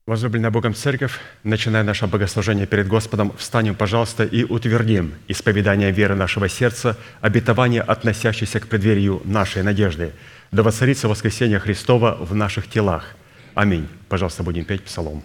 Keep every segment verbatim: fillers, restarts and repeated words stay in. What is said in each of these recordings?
Возлюбленная Богом Церковь, начиная наше богослужение перед Господом, встанем, пожалуйста, и утвердим исповедание веры нашего сердца, обетование, относящееся к преддверию нашей надежды. Да воцарится воскресение Христова в наших телах. Аминь. Пожалуйста, будем петь псалом.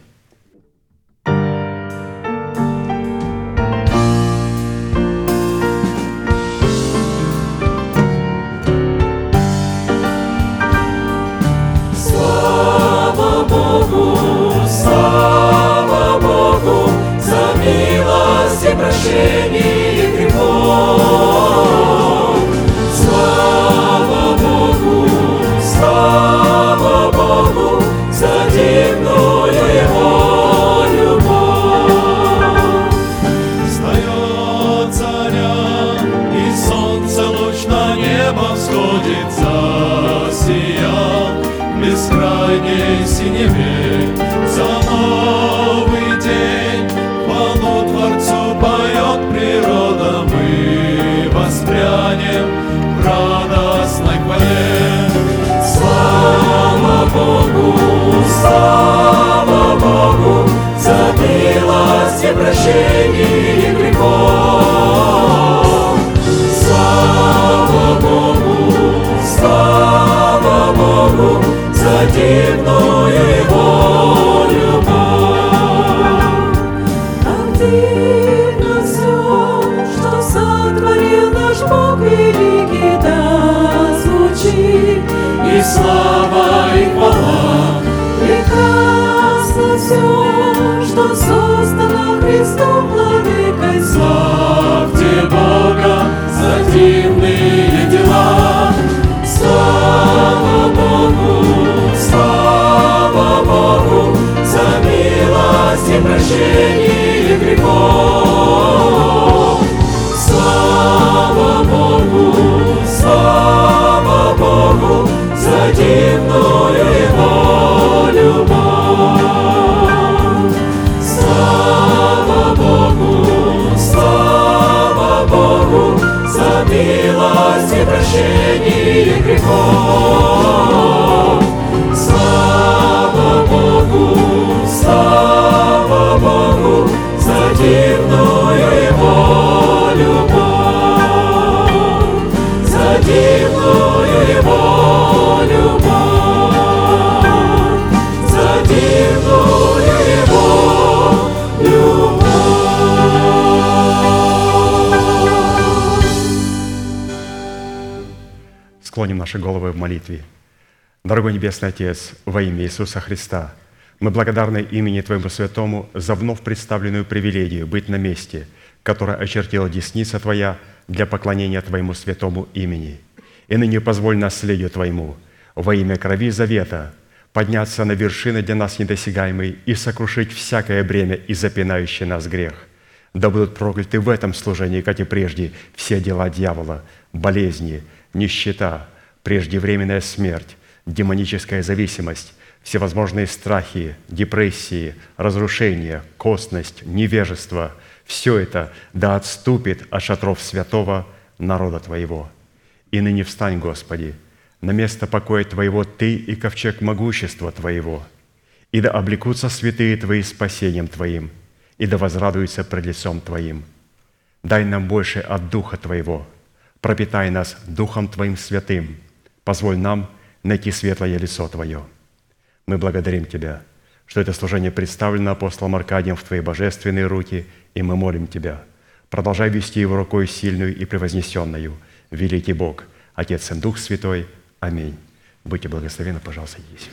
Прощение грехов. Слава Богу, слава Богу, за дивную Его любовь. Встает заря, и солнце луч на небо всходит, засиял в бескрайней синеве. За новый день хвалу Творцу поет природа, мы воспрянем в радостной хвале. Слава Богу, слава Богу, за милость и прощение грехов. Слава Богу, слава Богу, за дивную Его любовь. Так дивно все, что сотворил наш Бог великий, да звучит и слава, и хвала. Прекрасно все, что создано Христом владыкой. Славьте Бога за дивные дела. Слава Богу, слава Богу, за милость и прощение грехов. Слава Богу, слава Богу, за дивную Его любовь. Слава Богу, слава Богу, за милость и прощение грехов. Слава Богу, слава Богу, за дивную Его любовь, за дивную Его любовь, за дивную Его любовь. Склоним наши головы в молитве. Дорогой Небесный Отец, во имя Иисуса Христа, мы благодарны имени Твоему Святому за вновь представленную привилегию быть на месте, которое очертила десница Твоя для поклонения Твоему святому имени. И ныне позволь наследию Твоему во имя крови завета подняться на вершины для нас недосягаемые и сокрушить всякое бремя и запинающий нас грех. Да будут прокляты в этом служении, как и прежде, все дела дьявола, болезни, нищета, преждевременная смерть, демоническая зависимость, всевозможные страхи, депрессии, разрушения, косность, невежество – все это да отступит от шатров святого народа Твоего. И ныне встань, Господи, на место покоя Твоего Ты и ковчег могущества Твоего, и да облекутся святые Твои спасением Твоим, и да возрадуются пред лицом Твоим. Дай нам больше от Духа Твоего, пропитай нас Духом Твоим святым, позволь нам найти светлое лицо Твое. Мы благодарим Тебя, что это служение представлено апостолом Аркадием в Твои божественные руки, и мы молим Тебя, продолжай вести его рукой сильную и превознесенную, великий Бог, Отец и Дух Святой. Аминь. Будьте благословенны, пожалуйста, садитесь.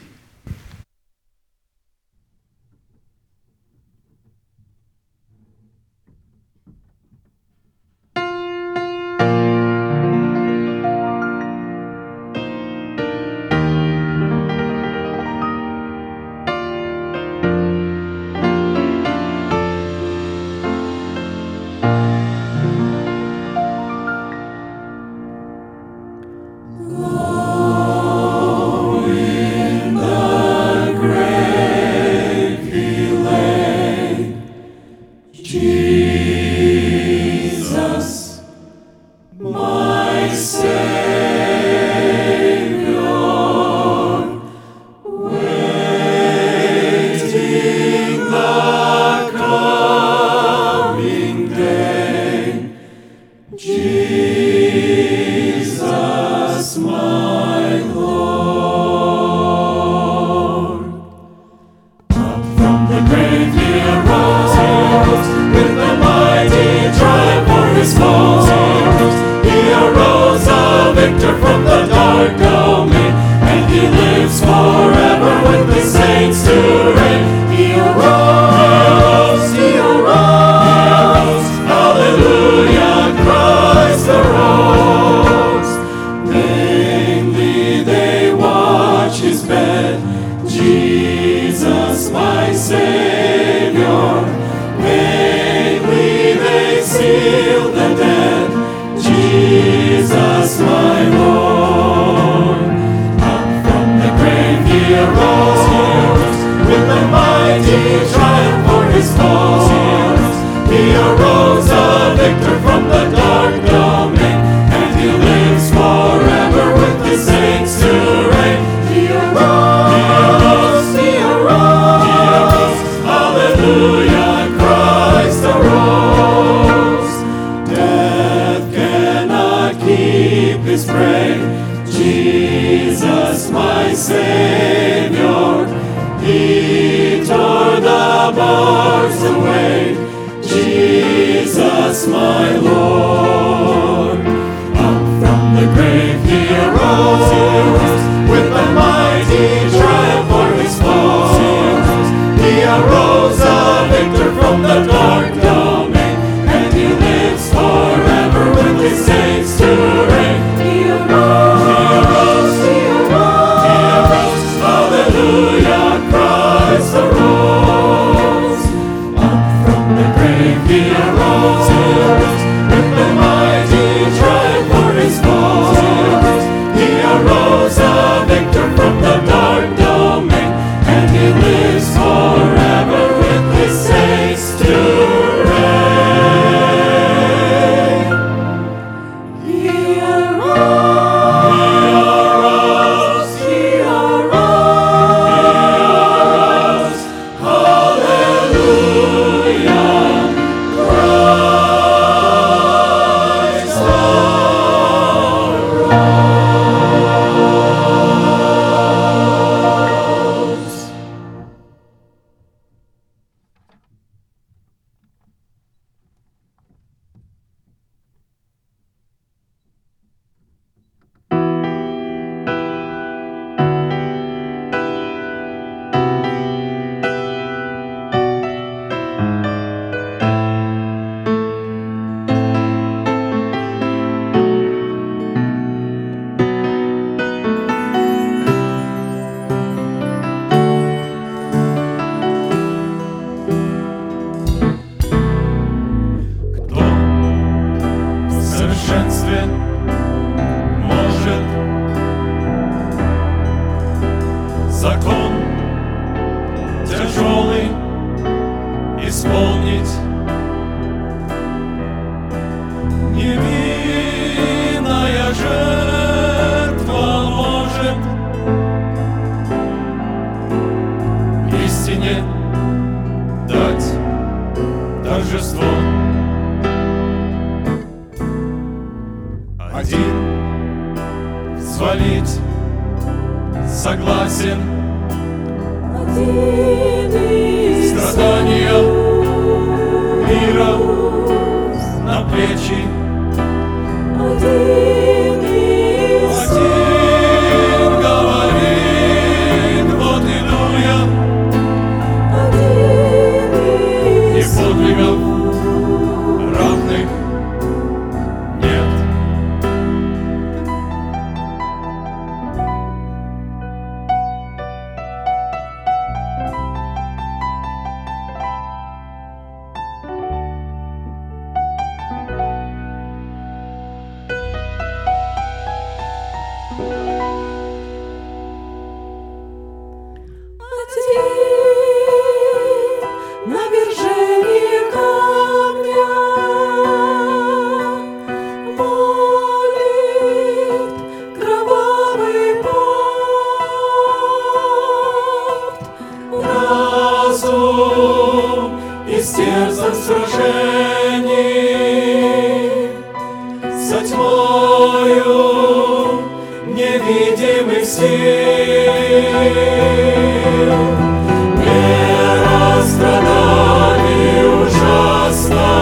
In the my Savior. Vainly they seal the dead, Jesus my Lord. Up from the grave he arose, with the mighty triumph for his foes. He arose a victor from the dark domain, and he lives forever with the saints to reign. He arose, he arose, he arose, he arose, hallelujah, Christ arose. Death cannot keep his prey, Jesus my Savior. He tore the bars away, Jesus my Lord. Up from the grave he arose, with the mighty triumph for his foes. He arose a victor from the dark domain, and he lives forever with his saints to reign. He arose, he arose, he arose, he arose, hallelujah, Christ arose. Up from the grave he arose, with the mighty triumph for his foes. He arose a victor from the dark domain, and he lives forever with his saints to reign. He arose, he arose, he arose, hallelujah, Christ arose. Кто в совершенстве может закон тяжелый исполнить? Невинная жертва может истине дать торжество. Один свалить согласен страдания мира на плечи. Один говорит, вот иду я, и подвигов равных нет. Навержение камня молит кровавый пот. Разум истерзан в сражении со тьмою невидимых сил. Мера страданий ужасна.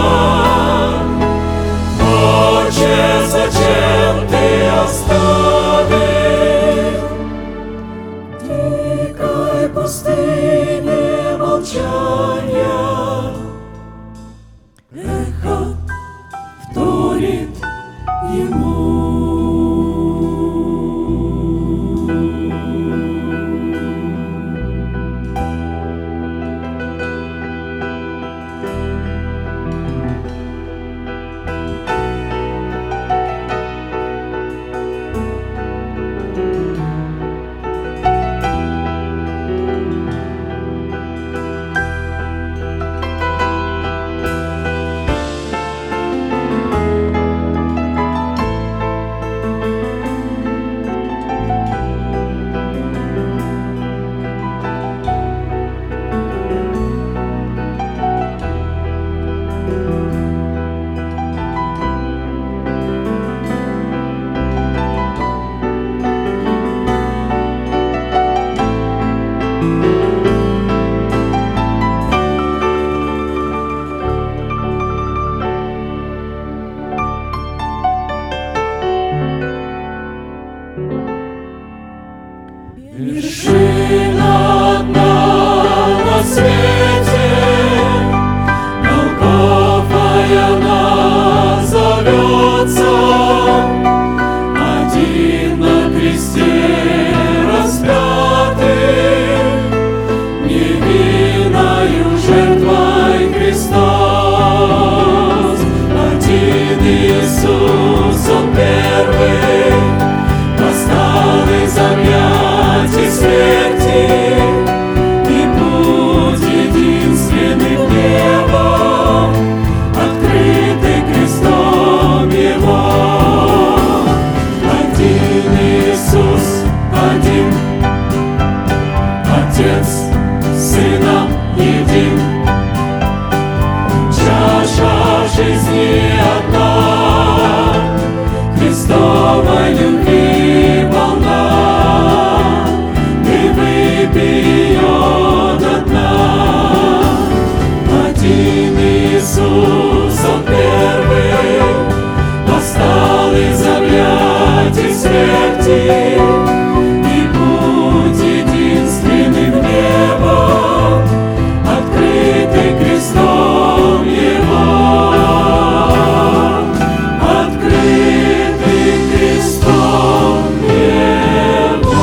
Отче, зачем ты оставил дикой пустыне молчания? Эхо вторит ему. Ценою жертвой Христос, один Иисус, Он первый, восстал из объятий смерти, и путь единственный в небо, открытый крестом Его. Один Иисус, один, Отец, Сыном един, чаша жизни одна, Христовой любви полна, мы выпьем до дна. Один Иисус, Он первый, восстал из объятий смерти, и путь единственный в небо, открытый крестом Его, открытый крестом Его.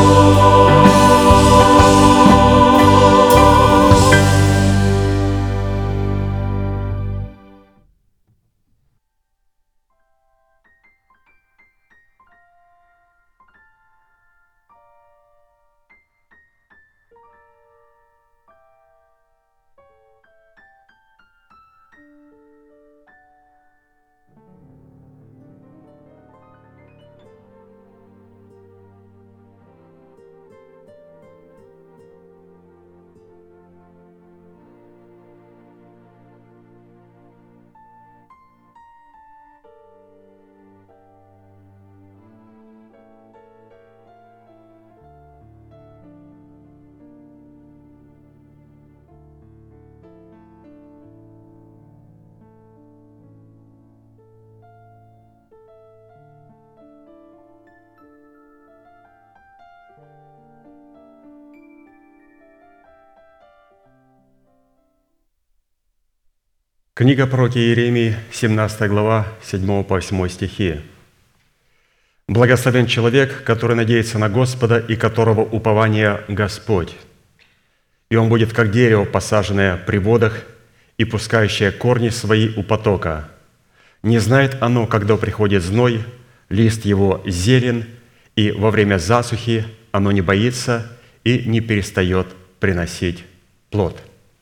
Книга пророка Иеремии, семнадцатая глава, седьмой по восьмой стихи. «Благословен человек, который надеется на Господа и которого упование Господь. И он будет, как дерево, посаженное при водах и пускающее корни свои у потока. Не знает оно, когда приходит зной, лист его зелен, и во время засухи оно не боится и не перестает приносить плод».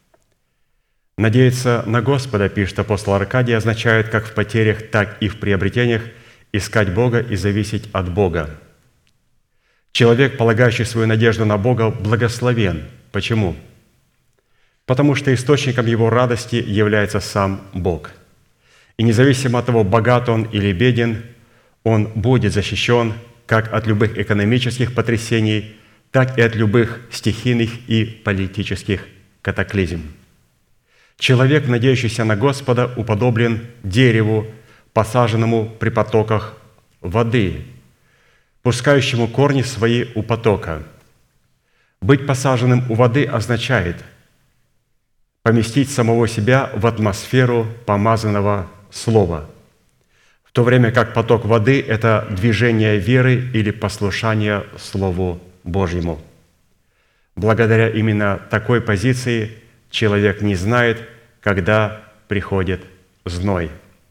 Надеяться на Господа, пишет апостол Аркадий, означает как в потерях, так и в приобретениях искать Бога и зависеть от Бога. Человек, полагающий свою надежду на Бога, благословен. Почему? Потому что источником его радости является сам Бог. И независимо от того, богат он или беден, он будет защищен как от любых экономических потрясений, так и от любых стихийных и политических катаклизм. Человек, надеющийся на Господа, уподоблен дереву, посаженному при потоках воды, пускающему корни свои у потока. Быть посаженным у воды означает поместить самого себя в атмосферу помазанного слова, в то время как поток воды – это движение веры или послушание Слову Божьему. Благодаря именно такой позиции человек не знает, когда приходит зной.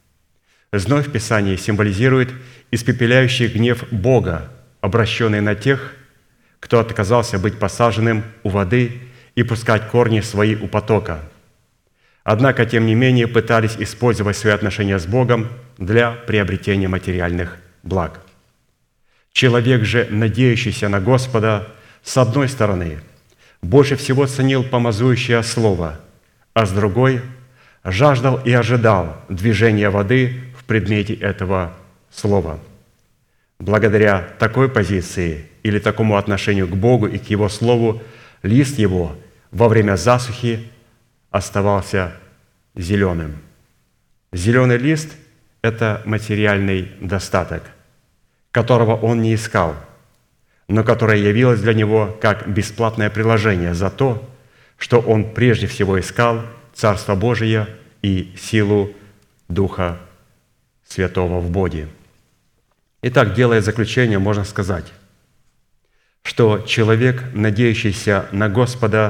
Зной в Писании символизирует испепеляющий гнев Бога, обращенный на тех, кто отказался быть посаженным у воды и пускать корни свои у потока. Однако, тем не менее, пытались использовать свои отношения с Богом для приобретения материальных благ. Человек же, надеющийся на Господа, с одной стороны, больше всего ценил помазующее слово, а с другой жаждал и ожидал движения воды в предмете этого слова. Благодаря такой позиции или такому отношению к Богу и к Его Слову, лист его во время засухи оставался зеленым. Зеленый лист – это материальный достаток, которого он не искал, но которое явилось для него как бесплатное приложение за то, что он прежде всего искал Царство Божие и силу Духа Святого в Боге. Итак, делая заключение, можно сказать, что человек, надеющийся на Господа,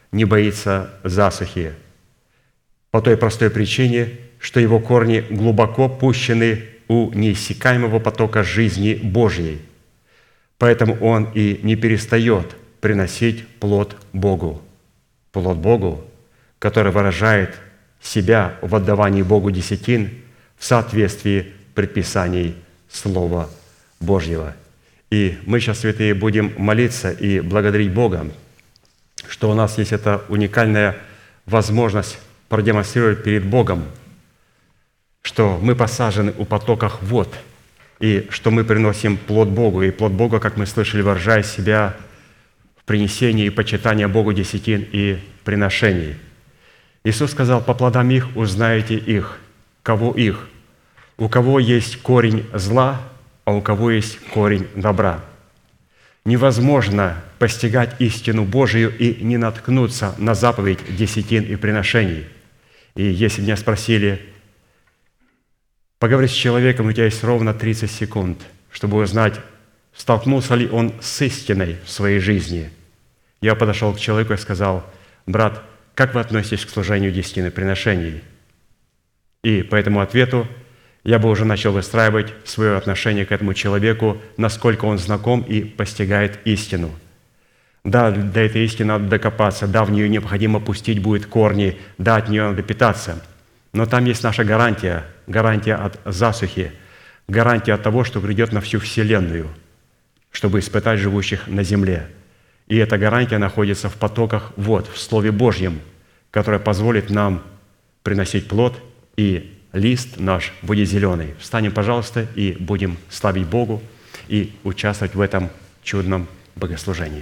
не боится засухи, по той простой причине, что его корни глубоко пущены у неиссякаемого потока жизни Божьей. Поэтому он и не перестает приносить плод Богу. Плод Богу, который выражает себя в отдавании Богу десятин в соответствии предписаний Слова Божьего. И мы сейчас, святые, будем молиться и благодарить Бога, что у нас есть эта уникальная возможность продемонстрировать перед Богом, что мы посажены у потоков вод, и что мы приносим плод Богу. И плод Бога, как мы слышали, выражает себя в принесении и почитании Богу десятин и приношений. Иисус сказал: «По плодам их узнаете их». Кого их? У кого есть корень зла, а у кого есть корень добра. Невозможно постигать истину Божию и не наткнуться на заповедь десятин и приношений. И если меня спросили: поговори с человеком, у тебя есть ровно тридцать секунд, чтобы узнать, столкнулся ли он с истиной в своей жизни. Я подошел к человеку и сказал: брат, как вы относитесь к служению десятин и приношений? И по этому ответу я бы уже начал выстраивать свое отношение к этому человеку, насколько он знаком и постигает истину. Да, до этой истины надо докопаться, да, в нее необходимо пустить будет корни, да, от нее надо питаться. Но там есть наша гарантия, гарантия от засухи, гарантия от того, что придет на всю вселенную, чтобы испытать живущих на земле. И эта гарантия находится в потоках вод, в Слове Божьем, которое позволит нам приносить плод, и лист наш будет зеленый. Встанем, пожалуйста, и будем славить Богу и участвовать в этом чудном богослужении.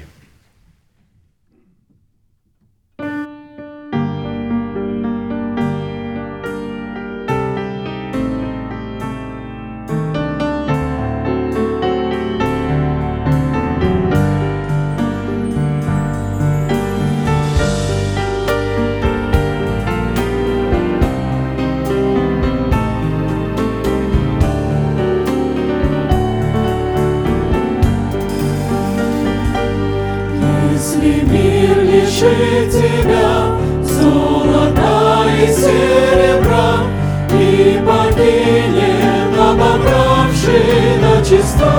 Тебя золота и серебра, и покинет обобравший начисто.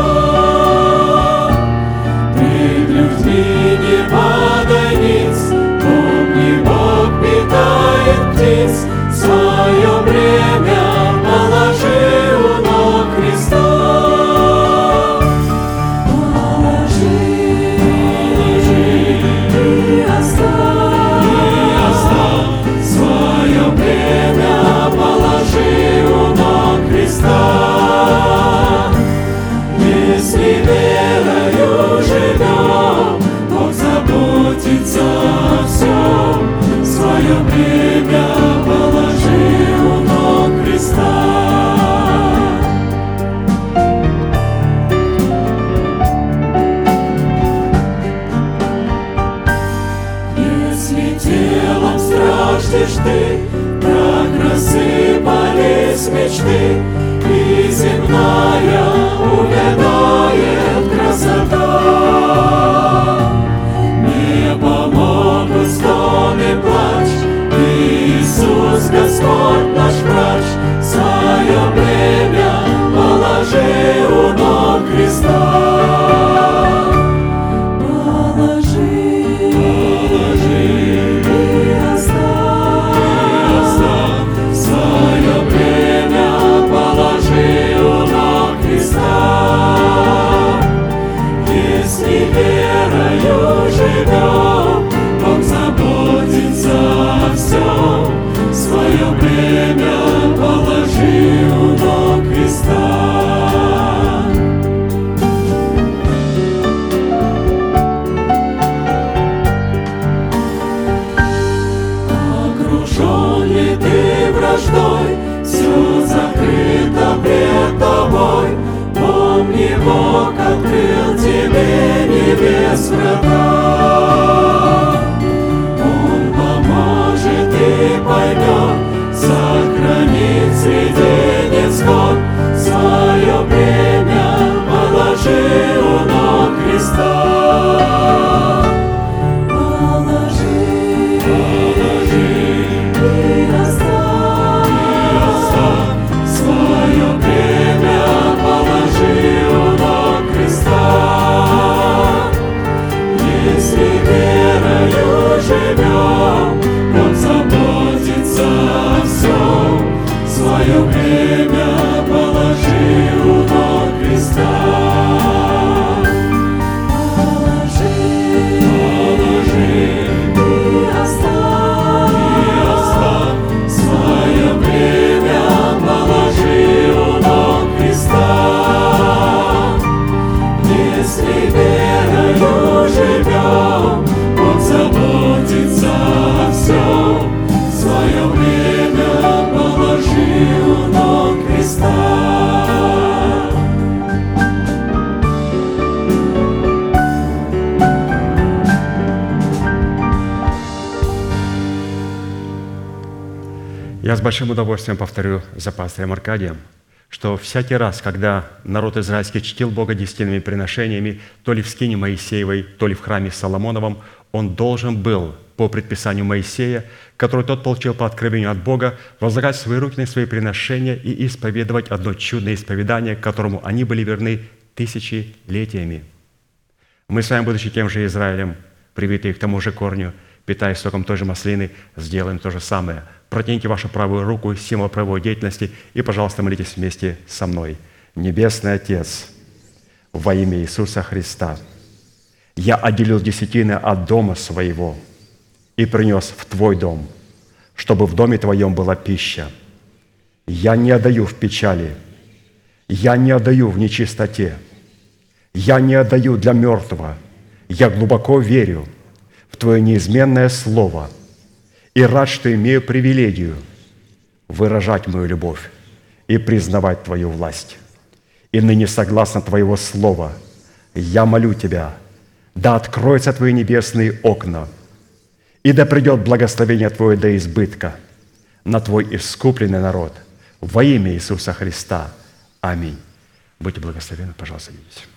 Пред людьми не падай ниц, помни, Бог питает птиц, свое бремя положи у ног Христа. Если верою живем, Бог заботится о всем, свое бремя положи у ног Христа. Если телом страждешь ты, так рассыпались мечты, и земная увядает красота. Не помогут стон и плач, Иисус Господь наш врач, свое бремя положи у ног Христа. Положи, положи и оставь, и оставь свое бремя положи у ног Христа. Если верою живем, Бог заботится о всем, свое бремя положи у ног Христа. Окружен ли ты враждой, все закрыто пред тобой, помни, Бог открыл тебе небес врата. Он поможет и поймет, сохранит среди невзгод, свое бремя положи у ног Христа. Положи Я с большим удовольствием повторю за пастырем Аркадием, что всякий раз, когда народ израильский чтил Бога десятинными приношениями, то ли в скине Моисеевой, то ли в храме Соломоновом, он должен был по предписанию Моисея, который тот получил по откровению от Бога, возлагать свои руки на свои приношения и исповедовать одно чудное исповедание, которому они были верны тысячелетиями. Мы с вами, будучи тем же Израилем, привитые к тому же корню, питаясь соком той же маслины, сделаем то же самое. Протяните вашу правую руку, символ правовой деятельности, и, пожалуйста, молитесь вместе со мной. Небесный Отец, во имя Иисуса Христа, я отделил десятины от дома своего и принес в Твой дом, чтобы в доме Твоем была пища. Я не отдаю в печали, я не отдаю в нечистоте, я не отдаю для мертвого, я глубоко верю в Твое неизменное Слово и рад, что имею привилегию выражать мою любовь и признавать Твою власть. И ныне, согласно Твоего Слова, я молю Тебя, да откроются Твои небесные окна, и да придет благословение Твое до избытка на Твой искупленный народ во имя Иисуса Христа. Аминь. Будьте благословенны, пожалуйста, садитесь.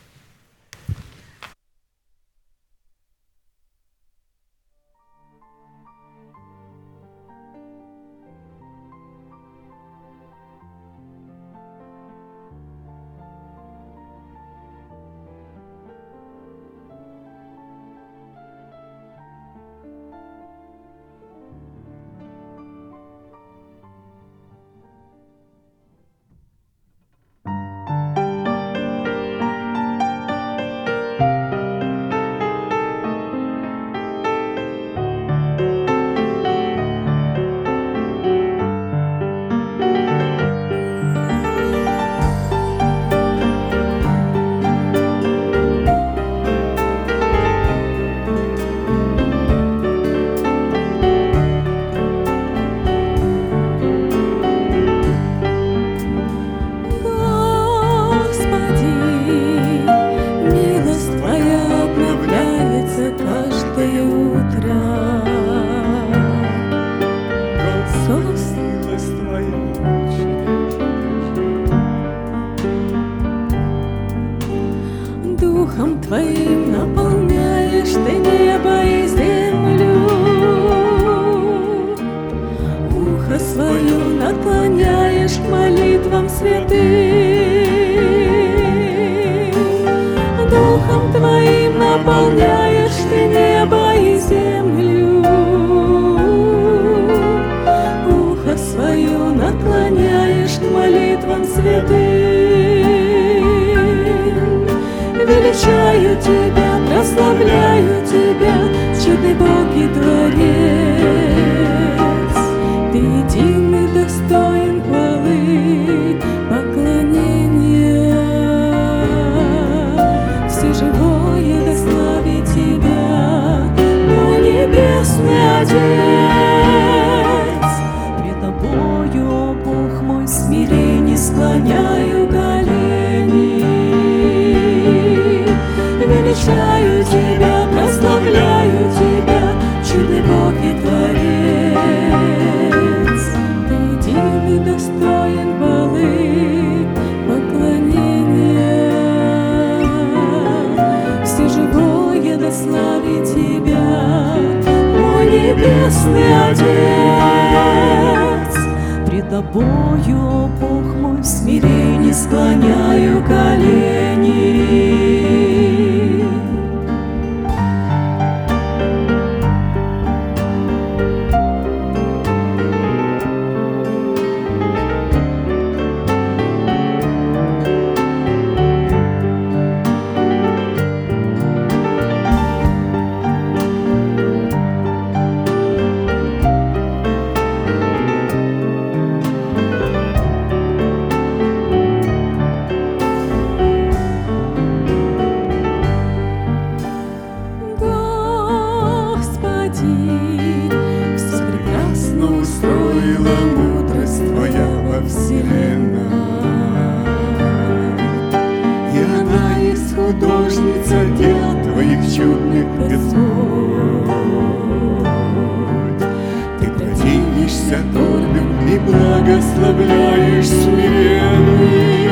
и благословляешь смиренных.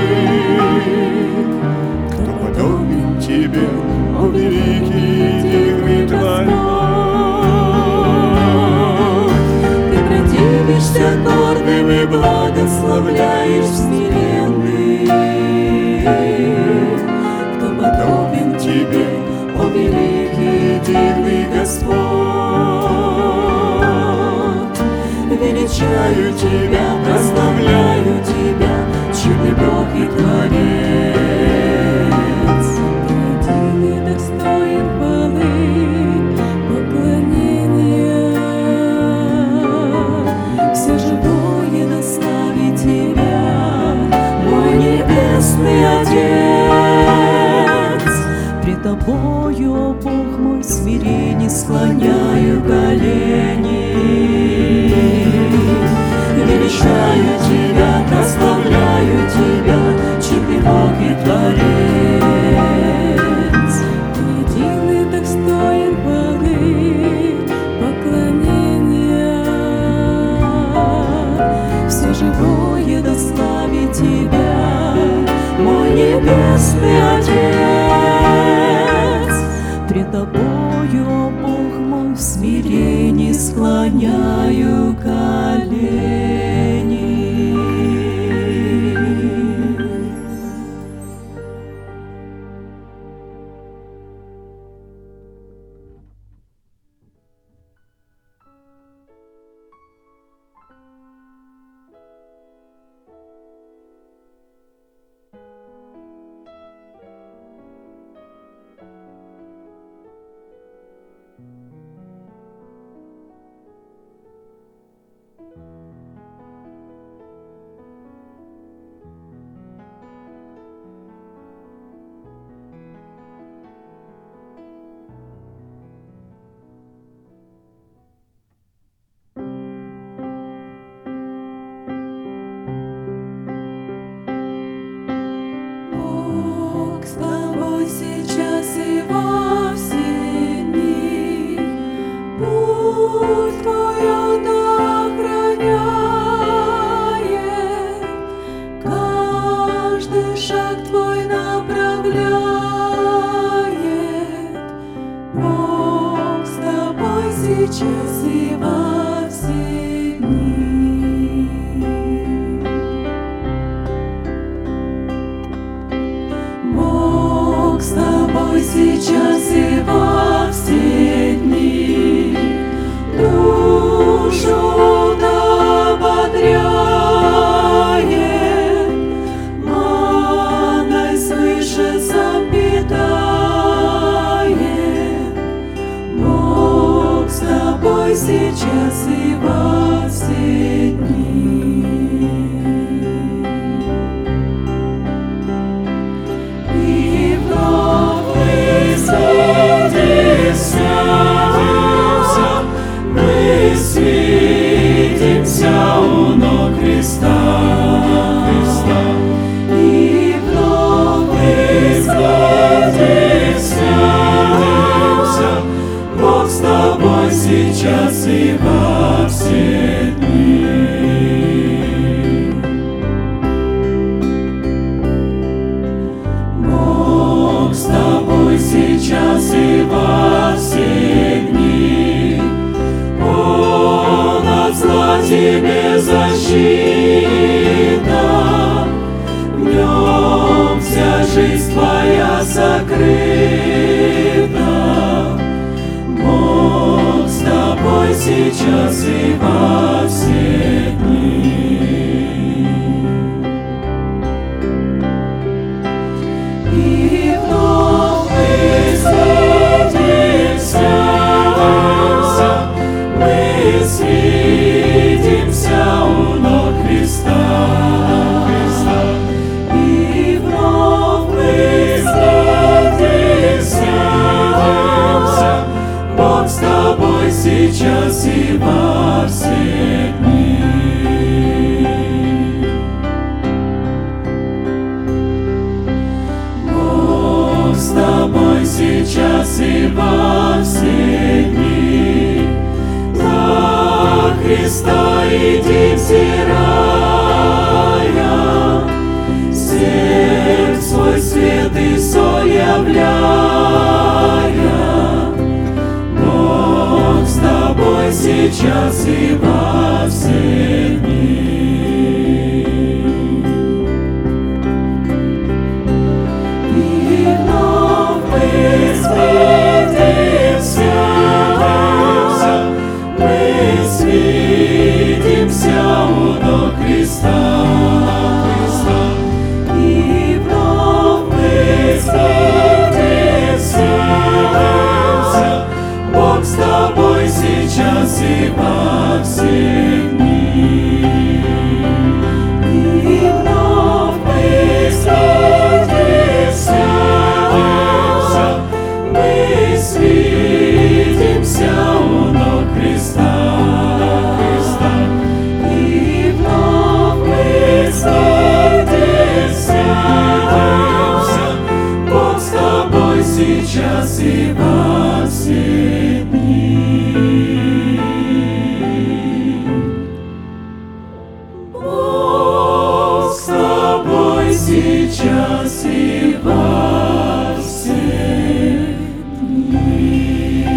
Кто подобен тебе, о великий дивный Твой? Ты противишься гордым и благословляешь смиренных. Кто подобен тебе, о великий дивный Господь? Величаю Тебя, прославляю Тебя, чудный Бог и Творец. Ты один и достоин хвалы, поклонения. Все живое да славит Тебя, мой небесный Отец. Пред Тобою, о Бог мой, смирение склоняю колени. Величаю Тебя, прославляю Тебя, чудный Бог и Творец. Ты един и достоин хвалы, поклонения. Все живое да славит Тебя, мой небесный Отец. Пред Тобою, о Бог мой, в смирении склоняю колени. Сейчас и во все дни душу ободряет, маной свыше сам питает. Бог с тобой сейчас и во все дни. И вновь мы светимся у ног Христа, Христа. И вновь мы светимся, Бог с тобой сейчас и во все дни. Бог с тобой сейчас и во все дни. Он от зла тебе защита, в нем вся жизнь твоя сокрыта. Бог с тобой сейчас и во все дни. И вновь мы светимся, мы светимся у ног Христа, Христа. И вновь мы светимся, Бог с тобой сейчас и во все дни. Бог с тобой сейчас и во все дни. За Христа иди, взирая, свет свой свет и соль являя, Бог с тобой сейчас и во все дни. И вновь мы свидимся, мы свидимся у ног Христа. И вновь мы свидимся, Бог с тобой сейчас и во все дни. И вновь мы свидимся, мы свидимся у ног Христа. И вновь мы свидимся, Бог с тобой сейчас и во все дни. Бог с тобой сейчас и во все дни.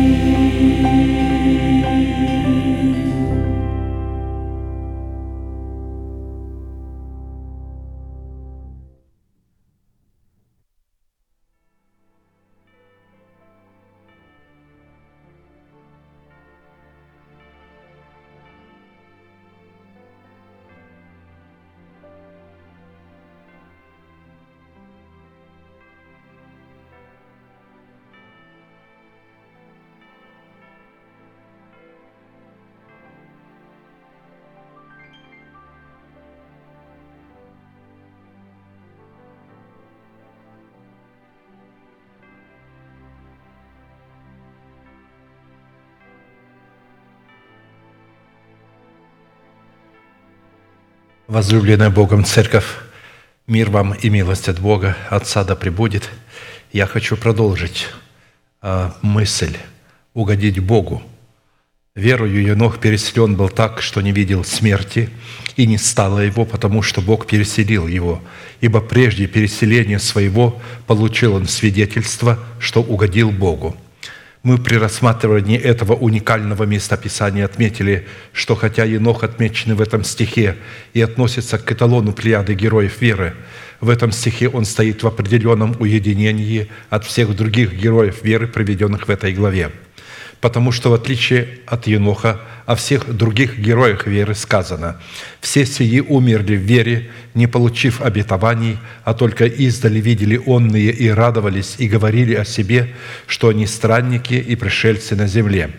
Возлюбленная Богом Церковь, мир вам и милость от Бога, Отца да пребудет. Я хочу продолжить э, мысль угодить Богу. Верою Енох переселен был так, что не видел смерти, и не стало его, потому что Бог переселил его. Ибо прежде переселения своего получил он свидетельство, что угодил Богу. Мы при рассматривании этого уникального местописания отметили, что хотя Енох отмечен в этом стихе и относится к эталону плеяды героев веры, в этом стихе он стоит в определенном уединении от всех других героев веры, приведенных в этой главе. Потому что, в отличие от Еноха, о всех других героях веры сказано: «Все сии умерли в вере, не получив обетований, а только издали видели онные и радовались, и говорили о себе, что они странники и пришельцы на земле».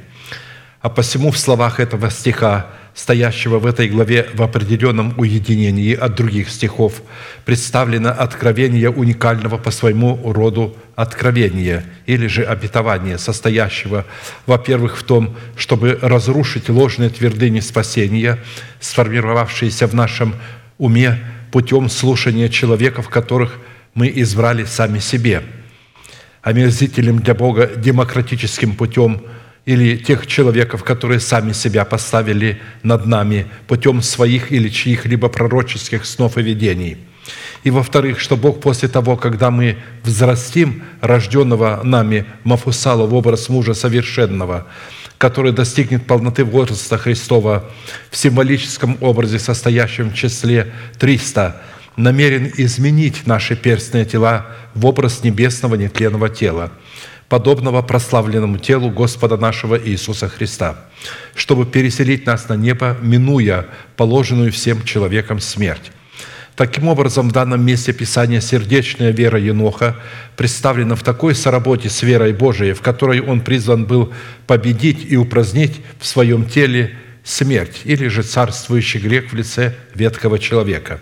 А посему в словах этого стиха, стоящего в этой главе в определенном уединении от других стихов, представлено откровение уникального по своему роду откровения или же обетования, состоящего, во-первых, в том, чтобы разрушить ложные твердыни спасения, сформировавшиеся в нашем уме путем слушания человеков, которых мы избрали сами себе, омерзительным для Бога демократическим путем, или тех человеков, которые сами себя поставили над нами путем своих или чьих-либо пророческих снов и видений. И, во-вторых, что Бог после того, когда мы взрастим рожденного нами Мафусала в образ мужа совершенного, который достигнет полноты возраста Христова в символическом образе, состоящем в числе триста, намерен изменить наши перстные тела в образ небесного нетленного тела, подобного прославленному телу Господа нашего Иисуса Христа, чтобы переселить нас на небо, минуя положенную всем человекам смерть. Таким образом, в данном месте Писания сердечная вера Еноха представлена в такой соработе с верой Божией, в которой он призван был победить и упразднить в своем теле смерть, или же царствующий грех в лице ветхого человека.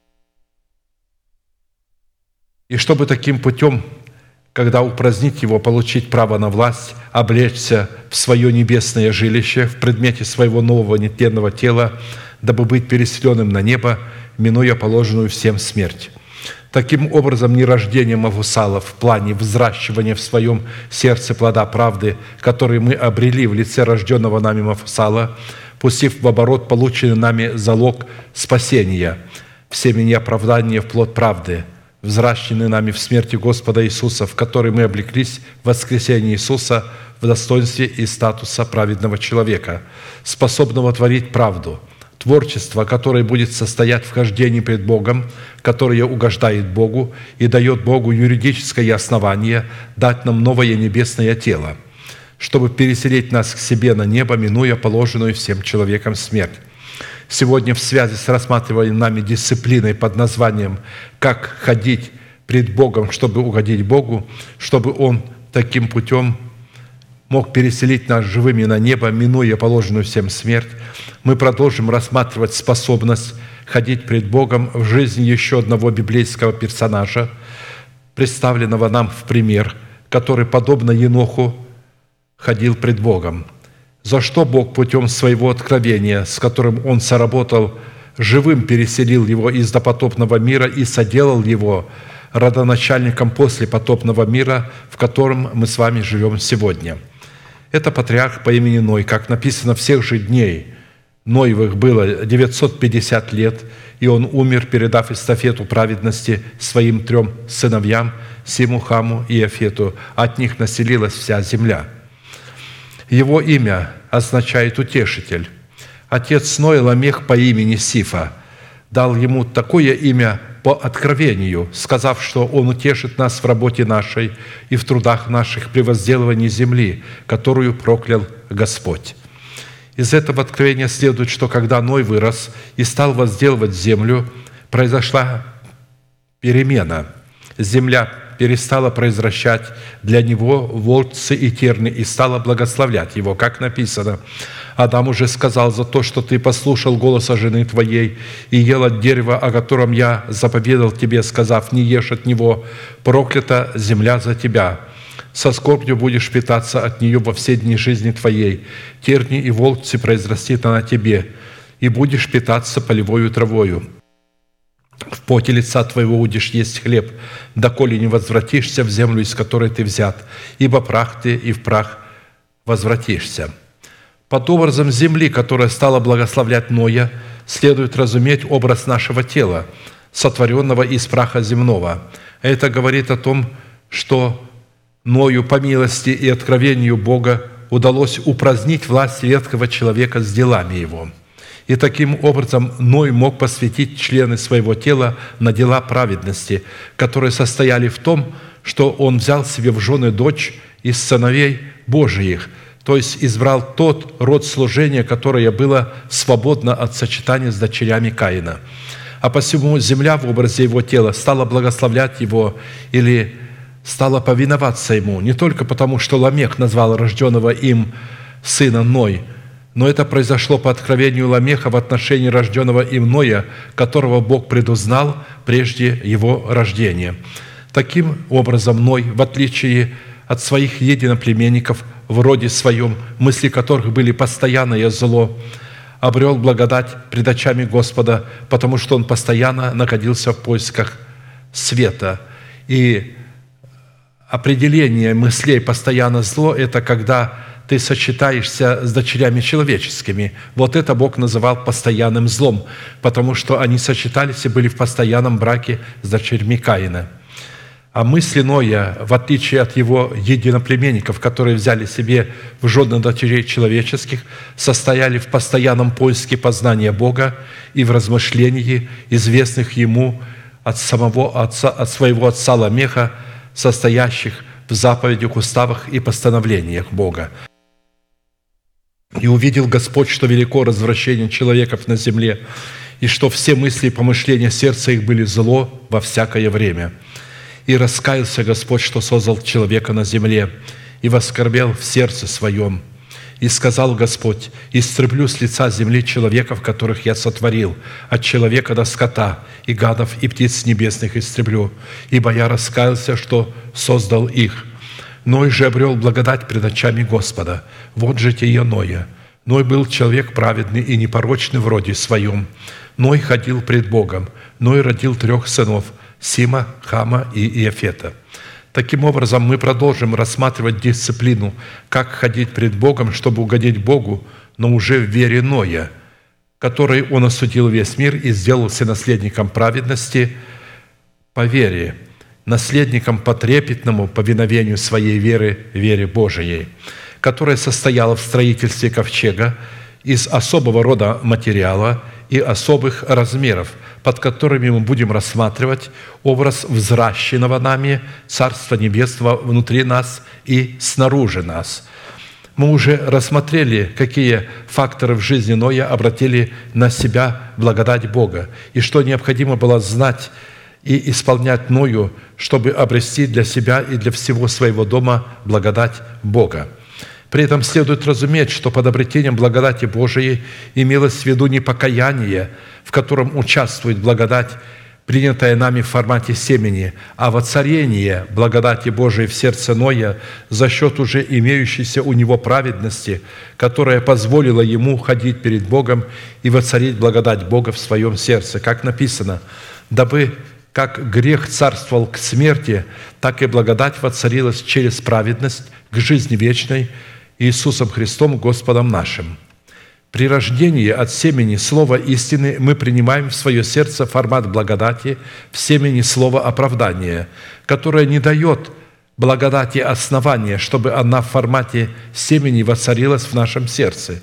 И чтобы таким путем, когда упразднить его, получить право на власть, облечься в свое небесное жилище в предмете своего нового нетленного тела, дабы быть переселенным на небо, минуя положенную всем смерть. Таким образом, нерождение Мафусала в плане взращивания в своем сердце плода правды, который мы обрели в лице рожденного нами Мафусала, пустив в оборот полученный нами залог спасения, в семени оправдания в плод правды, взращенный нами в смерти Господа Иисуса, в которой мы облеклись в воскресении Иисуса в достоинстве и статуса праведного человека, способного творить правду, творчество, которое будет состоять в хождении пред Богом, которое угождает Богу и дает Богу юридическое основание дать нам новое небесное тело, чтобы переселить нас к себе на небо, минуя положенную всем человекам смерть. Сегодня в связи с рассматриваемой нами дисциплиной под названием «Как ходить пред Богом, чтобы угодить Богу», чтобы Он таким путем мог переселить нас живыми на небо, минуя положенную всем смерть, мы продолжим рассматривать способность ходить пред Богом в жизни еще одного библейского персонажа, представленного нам в пример, который, подобно Еноху, ходил пред Богом. За что Бог путем своего откровения, с которым Он соработал, живым переселил его из допотопного мира и соделал его родоначальником после потопного мира, в котором мы с вами живем сегодня. Это патриарх по имени Ной, как написано, всех же дней Ноевых было девятьсот пятьдесят лет, и он умер, передав эстафету праведности своим трем сыновьям, Симу, Хаму и Иафету. От них населилась вся земля. Его имя означает «утешитель». Отец Ноя, Ламех по имени Сифа, дал ему такое имя по откровению, сказав, что он утешит нас в работе нашей и в трудах наших при возделывании земли, которую проклял Господь. Из этого откровения следует, что когда Ной вырос и стал возделывать землю, произошла перемена. Земля перестала произвращать для него волчцы и терны и стала благословлять его, как написано: «Адам уже сказал: за то, что ты послушал голоса жены твоей и ел от дерева, о котором я заповедал тебе, сказав: не ешь от него, проклята земля за тебя. Со скорбью будешь питаться от нее во все дни жизни твоей. Терни и волчцы произрастит она тебе, и будешь питаться полевою травою. В поте лица твоего будешь есть хлеб, доколе не возвратишься в землю, из которой ты взят, ибо прах ты, и в прах возвратишься». Под образом земли, которая стала благословлять Ноя, следует разуметь образ нашего тела, сотворенного из праха земного. Это говорит о том, что Ною по милости и откровению Бога удалось упразднить власть ветхого человека с делами его. И таким образом Ной мог посвятить члены своего тела на дела праведности, которые состояли в том, что он взял себе в жены дочь из сыновей Божиих, то есть избрал тот род служения, которое было свободно от сочетания с дочерями Каина. А посему земля в образе его тела стала благословлять его или стала повиноваться ему, не только потому, что Ламех назвал рожденного им сына Ной, но это произошло по откровению Ламеха в отношении рожденного им Ноя, которого Бог предузнал прежде его рождения. Таким образом, Ной, в отличие от своих единоплеменников в роде своем, мысли которых были постоянное зло, обрел благодать пред очами Господа, потому что он постоянно находился в поисках света. И определение мыслей «постоянно зло» – это когда ты сочетаешься с дочерями человеческими. Вот это Бог называл постоянным злом, потому что они сочетались и были в постоянном браке с дочерьми Каина. А мысли Ноя, в отличие от его единоплеменников, которые взяли себе в жены дочерей человеческих, состояли в постоянном поиске познания Бога и в размышлении известных ему от самого отца, от своего отца Ламеха, состоящих в заповедях, уставах и постановлениях Бога. «И увидел Господь, что велико развращение человеков на земле, и что все мысли и помышления сердца их были зло во всякое время. И раскаялся Господь, что создал человека на земле, и воскорбел в сердце своем. И сказал Господь: истреблю с лица земли человеков, которых я сотворил, от человека до скота, и гадов, и птиц небесных истреблю, ибо я раскаялся, что создал их. Ной же обрел благодать пред очами Господа. Вот житие Ноя. Ной был человек праведный и непорочный в роде своем. Ной ходил пред Богом. Ной родил трех сынов – Сима, Хама и Иафета». Таким образом, мы продолжим рассматривать дисциплину, как ходить пред Богом, чтобы угодить Богу, но уже в вере Ноя, который Он осудил весь мир и сделался наследником праведности по вере, наследником по трепетному повиновению своей веры, вере Божией, которая состояла в строительстве ковчега из особого рода материала и особых размеров, под которыми мы будем рассматривать образ взращенного нами Царства Небесного внутри нас и снаружи нас. Мы уже рассмотрели, какие факторы в жизни Ноя обратили на себя благодать Бога, и что необходимо было знать и исполнять Ною, чтобы обрести для себя и для всего своего дома благодать Бога. При этом следует разуметь, что под обретением благодати Божией имелось в виду не покаяние, в котором участвует благодать, принятая нами в формате семени, а воцарение благодати Божией в сердце Ноя за счет уже имеющейся у него праведности, которая позволила ему ходить перед Богом и воцарить благодать Бога в своем сердце. Как написано: «Дабы как грех царствовал к смерти, так и благодать воцарилась через праведность к жизни вечной Иисусом Христом Господом нашим». При рождении от семени слова истины мы принимаем в свое сердце формат благодати в семени слова оправдания, которое не дает благодати основания, чтобы она в формате семени воцарилась в нашем сердце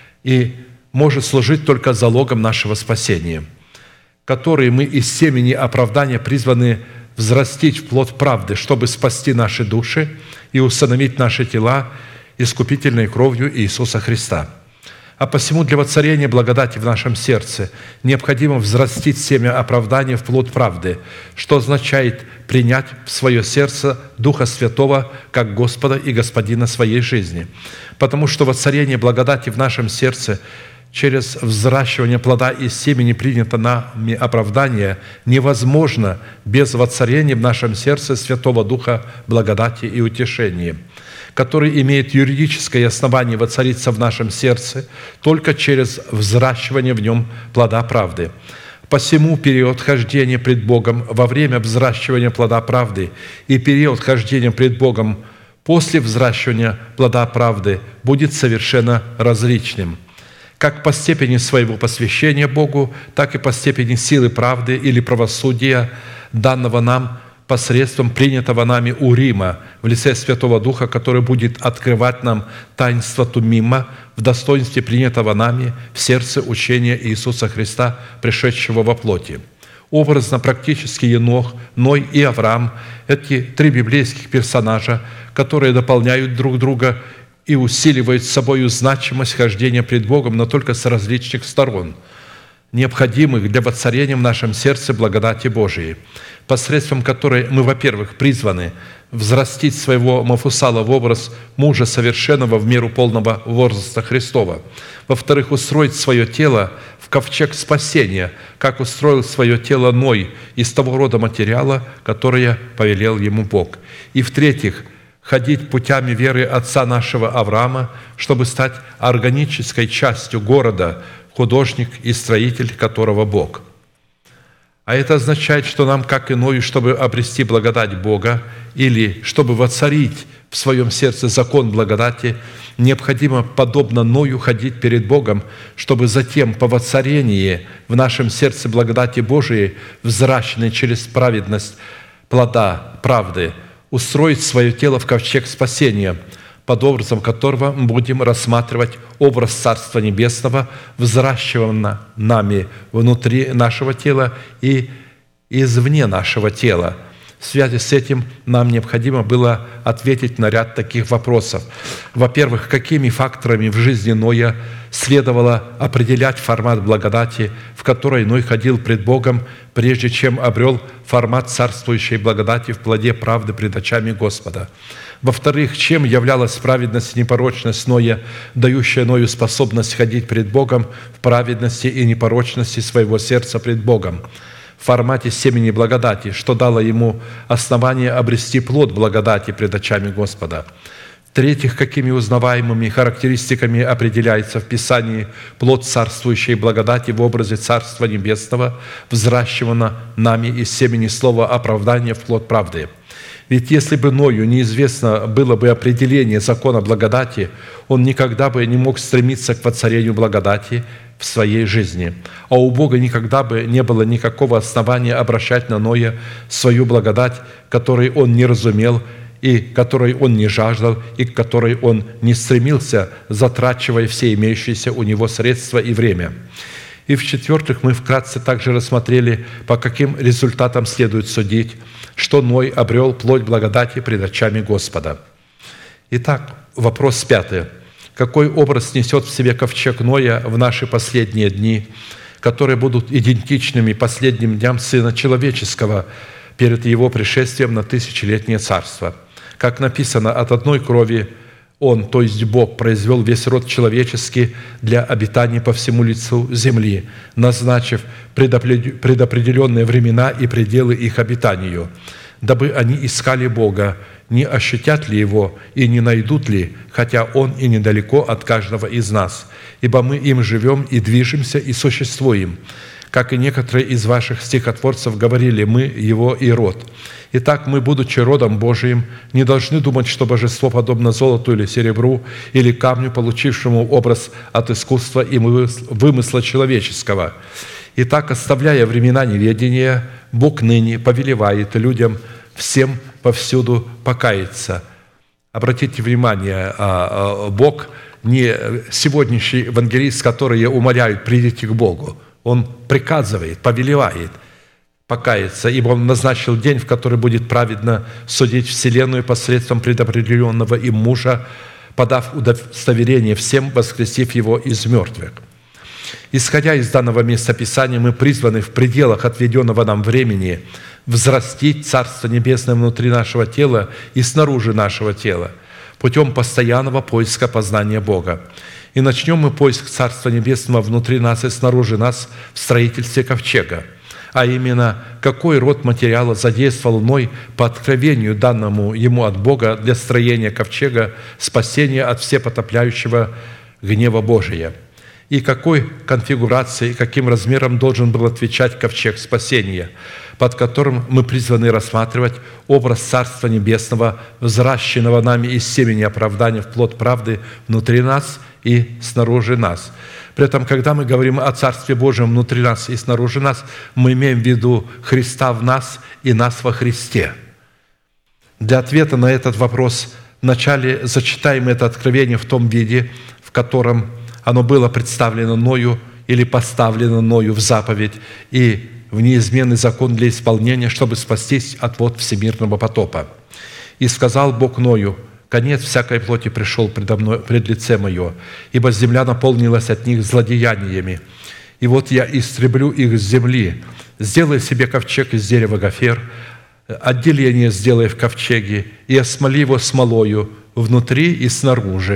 и может служить только залогом нашего спасения, который мы из семени оправдания призваны взрастить в плод правды, чтобы спасти наши души и установить наши тела искупительной кровью Иисуса Христа. А посему для воцарения благодати в нашем сердце необходимо взрастить семя оправдания в плод правды, что означает принять в свое сердце Духа Святого как Господа и Господина своей жизни. Потому что воцарение благодати в нашем сердце через взращивание плода из семени принято нами оправдание невозможно без воцарения в нашем сердце Святого Духа благодати и утешения, который имеет юридическое основание воцариться в нашем сердце только через взращивание в нем плода правды. Посему период хождения пред Богом во время взращивания плода правды и период хождения пред Богом после взращивания плода правды будет совершенно различным, как по степени своего посвящения Богу, так и по степени силы правды или правосудия, данного нам посредством принятого нами Урима в лице Святого Духа, который будет открывать нам таинство Тумима в достоинстве принятого нами в сердце учения Иисуса Христа, пришедшего во плоти. Образно, практически Енох, Ной и Авраам – эти три библейских персонажа, которые дополняют друг друга и усиливают собою значимость хождения пред Богом, но только с различных сторон, необходимых для воцарения в нашем сердце благодати Божией, посредством которой мы, во-первых, призваны взрастить своего Мафусала в образ мужа совершенного в меру полного возраста Христова, во-вторых, устроить свое тело в ковчег спасения, как устроил свое тело Ной из того рода материала, которое повелел ему Бог, и, в-третьих, ходить путями веры отца нашего Авраама, чтобы стать органической частью города, художник и строитель которого Бог. А это означает, что нам, как и Ною, чтобы обрести благодать Бога или чтобы воцарить в своем сердце закон благодати, необходимо, подобно Ною, ходить перед Богом, чтобы затем по воцарении в нашем сердце благодати Божией, взращенной через праведность плода правды, устроить свое тело в ковчег спасения, под образом которого мы будем рассматривать образ Царства Небесного, взращиваемого нами внутри нашего тела и извне нашего тела. В связи с этим нам необходимо было ответить на ряд таких вопросов. Во-первых, какими факторами в жизни Ноя следовало определять формат благодати, в которой Ной ходил пред Богом, прежде чем обрел формат царствующей благодати в плоде правды пред очами Господа. Во-вторых, чем являлась праведность и непорочность Ноя, дающая Ною способность ходить пред Богом в праведности и непорочности своего сердца пред Богом, в формате семени благодати, что дало ему основание обрести плод благодати пред очами Господа. В-третьих, какими узнаваемыми характеристиками определяется в Писании плод царствующей благодати в образе Царства Небесного, взращивано нами из семени слова оправдания в плод правды. Ведь если бы Ною неизвестно было бы определение закона благодати, он никогда бы не мог стремиться к воцарению благодати в своей жизни. А у Бога никогда бы не было никакого основания обращать на Ноя свою благодать, которой он не разумел, и которой он не жаждал, и к которой он не стремился, затрачивая все имеющиеся у него средства и время. И в-четвертых, мы вкратце также рассмотрели, по каким результатам следует судить, что Ной обрел плоть благодати пред очами Господа. Итак, вопрос пятый. Какой образ несет в себе ковчег Ноя в наши последние дни, которые будут идентичными последним дням Сына Человеческого перед Его пришествием на тысячелетнее царство? Как написано, от одной крови Он, то есть Бог, произвел весь род человеческий для обитания по всему лицу земли, назначив предопределенные времена и пределы их обитанию, дабы они искали Бога, не ощутят ли Его и не найдут ли, хотя Он и недалеко от каждого из нас, ибо мы им живем и движемся и существуем. Как и некоторые из ваших стихотворцев говорили, мы Его и род. Итак, мы, будучи родом Божиим, не должны думать, что божество подобно золоту или серебру, или камню, получившему образ от искусства и вымысла человеческого. Итак, оставляя времена неведения, Бог ныне повелевает людям всем повсюду покаяться. Обратите внимание, Бог не сегодняшний евангелист, которые умоляют: придите к Богу. Он приказывает, повелевает покаяться, ибо Он назначил день, в который будет праведно судить вселенную посредством предопределенного им мужа, подав удостоверение всем, воскресив его из мертвых. Исходя из данного места Писания, мы призваны в пределах отведенного нам времени взрастить Царство Небесное внутри нашего тела и снаружи нашего тела путем постоянного поиска познания Бога. И начнем мы поиск Царства Небесного внутри нас и снаружи нас в строительстве ковчега, а именно, какой род материала задействовал Ной по откровению, данному ему от Бога для строения ковчега, спасения от всепотопляющего гнева Божия, и какой конфигурацией, каким размером должен был отвечать ковчег спасения, под которым мы призваны рассматривать образ Царства Небесного, взращенного нами из семени оправдания в плод правды внутри нас и снаружи нас. При этом, когда мы говорим о Царстве Божьем внутри нас и снаружи нас, мы имеем в виду Христа в нас и нас во Христе. Для ответа на этот вопрос вначале зачитаем это откровение в том виде, в котором оно было представлено Ною или поставлено Ною в заповедь и в неизменный закон для исполнения, чтобы спастись от вод всемирного потопа. «И сказал Бог Ною: конец всякой плоти пришел предо мной, пред лице мое, ибо земля наполнилась от них злодеяниями. И вот я истреблю их с земли. Сделай себе ковчег из дерева гофер, отделение сделай в ковчеге, и осмоли его смолою внутри и снаружи.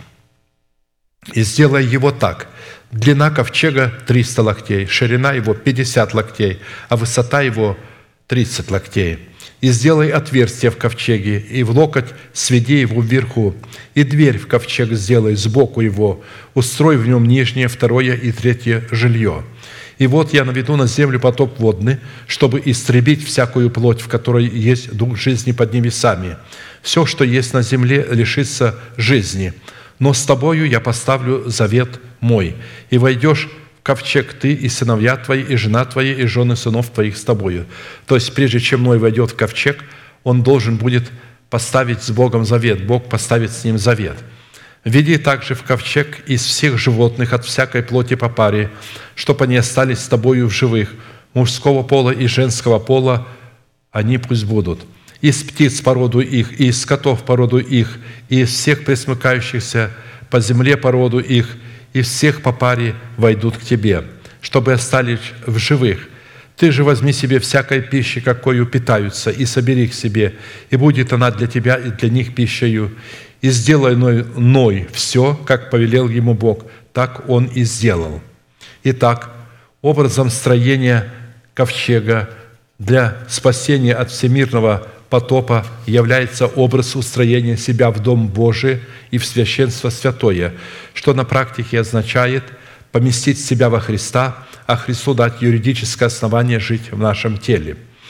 И сделай его так: длина ковчега триста локтей, ширина его пятьдесят локтей, а высота его тридцать локтей. И сделай отверстие в ковчеге, и в локоть сведи его вверху, и дверь в ковчег сделай сбоку его, устрой в нем нижнее, второе и третье жилье. И вот я наведу на землю потоп водный, чтобы истребить всякую плоть, в которой есть дух жизни под небесами. Все, что есть на земле, лишится жизни. Но с тобою я поставлю завет мой, и войдешь в ковчег ты и сыновья твои, и жена твоя, и жены сынов твоих с тобою». То есть, прежде чем Ной войдет в ковчег, он должен будет поставить с Богом завет, Бог поставит с ним завет. «Веди также в ковчег из всех животных от всякой плоти по паре, чтобы они остались с тобою в живых, мужского пола и женского пола они пусть будут. Из птиц породу их, и из скотов породу их, и из всех пресмыкающихся по земле породу их, и всех по паре войдут к тебе, чтобы остались в живых. Ты же возьми себе всякой пищи, какою питаются, и собери к себе, и будет она для тебя и для них пищею. И сделай Ной, Ной все, как повелел ему Бог, так он и сделал». Итак, образом строения ковчега для спасения от всемирного потопа является образ устроения себя в Дом Божий и в священство святое, что на практике означает поместить себя во Христа, а Христу дать юридическое основание жить в нашем теле.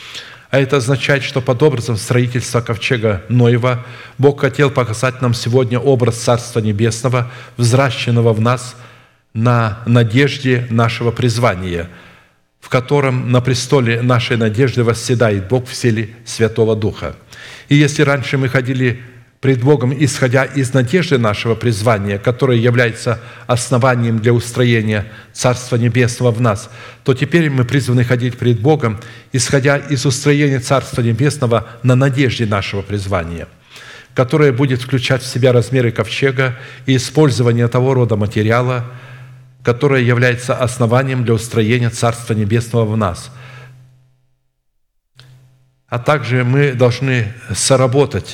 А это означает, что под образом строительства ковчега Ноева Бог хотел показать нам сегодня образ Царства Небесного, взращенного в нас на надежде нашего призвания, в котором на престоле нашей надежды восседает Бог в силе Святого Духа. И если раньше мы ходили пред Богом, исходя из надежды нашего призвания, которое является основанием для устроения Царства Небесного в нас, то теперь мы призваны ходить пред Богом, исходя из устроения Царства Небесного на надежде нашего призвания, которое будет включать в себя размеры ковчега и использование того рода материала, которое является основанием для устроения Царства Небесного в нас. А также мы должны соработать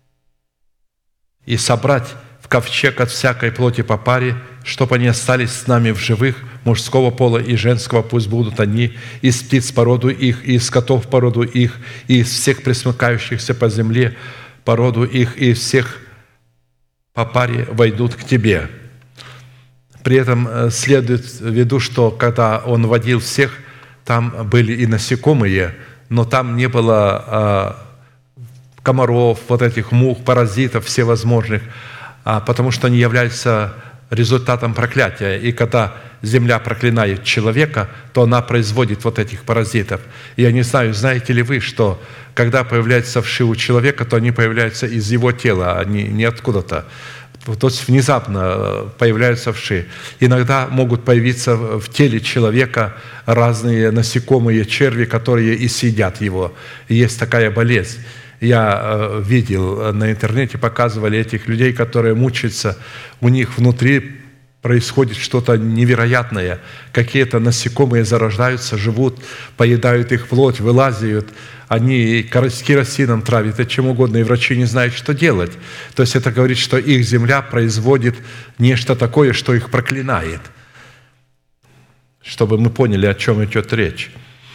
и собрать в ковчег от всякой плоти по паре, чтобы они остались с нами в живых, мужского пола и женского, пусть будут они из птиц по роду их, и из скотов по роду их, и из всех пресмыкающихся по земле по роду их, и из всех по паре войдут к тебе». При этом следует в виду, что когда он водил всех, там были и насекомые, но там не было комаров, вот этих мух, паразитов всевозможных, потому что они являются результатом проклятия. И когда земля проклинает человека, то она производит вот этих паразитов. Я не знаю, знаете ли вы, что когда появляются вши у человека, то они появляются из его тела, они не откуда-то. То есть внезапно появляются вши. Иногда могут появиться в теле человека разные насекомые, черви, которые и съедят его. Есть такая болезнь. Я видел на интернете, показывали этих людей, которые мучаются, у них внутри происходит что-то невероятное. Какие-то насекомые зарождаются, живут, поедают их плоть, вылазят, они керосином травят и чем угодно, и врачи не знают, что делать. То есть это говорит, что их земля производит нечто такое, что их проклинает. Чтобы мы поняли, о чем идет речь.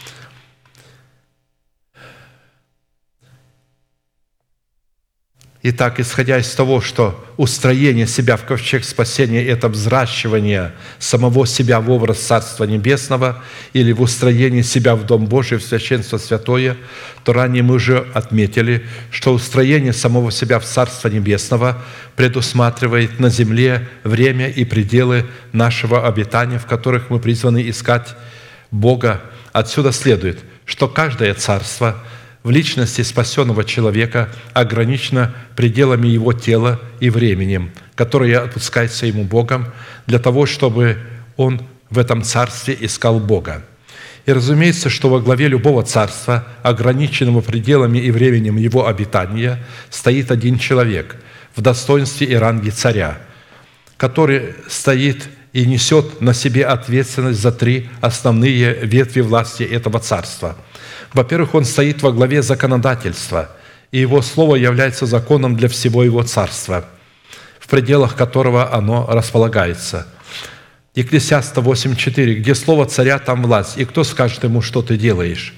Итак, исходя из того, что устроение себя в ковчег спасения – это взращивание самого себя в образ Царства Небесного или в устроение себя в Дом Божий, в священство святое, то ранее мы уже отметили, что устроение самого себя в Царство Небесного предусматривает на земле время и пределы нашего обитания, в которых мы призваны искать Бога. Отсюда следует, что каждое царство – в личности спасенного человека ограничено пределами его тела и временем, которое отпускается ему Богом для того, чтобы он в этом царстве искал Бога. И разумеется, что во главе любого царства, ограниченного пределами и временем его обитания, стоит один человек в достоинстве и ранге царя, который стоит и несет на себе ответственность за три основные ветви власти этого царства. Во-первых, он стоит во главе законодательства, и его слово является законом для всего его царства, в пределах которого оно располагается. Екклесиаста восемь четыре: «Где слово царя, там власть, и кто скажет ему, что ты делаешь?»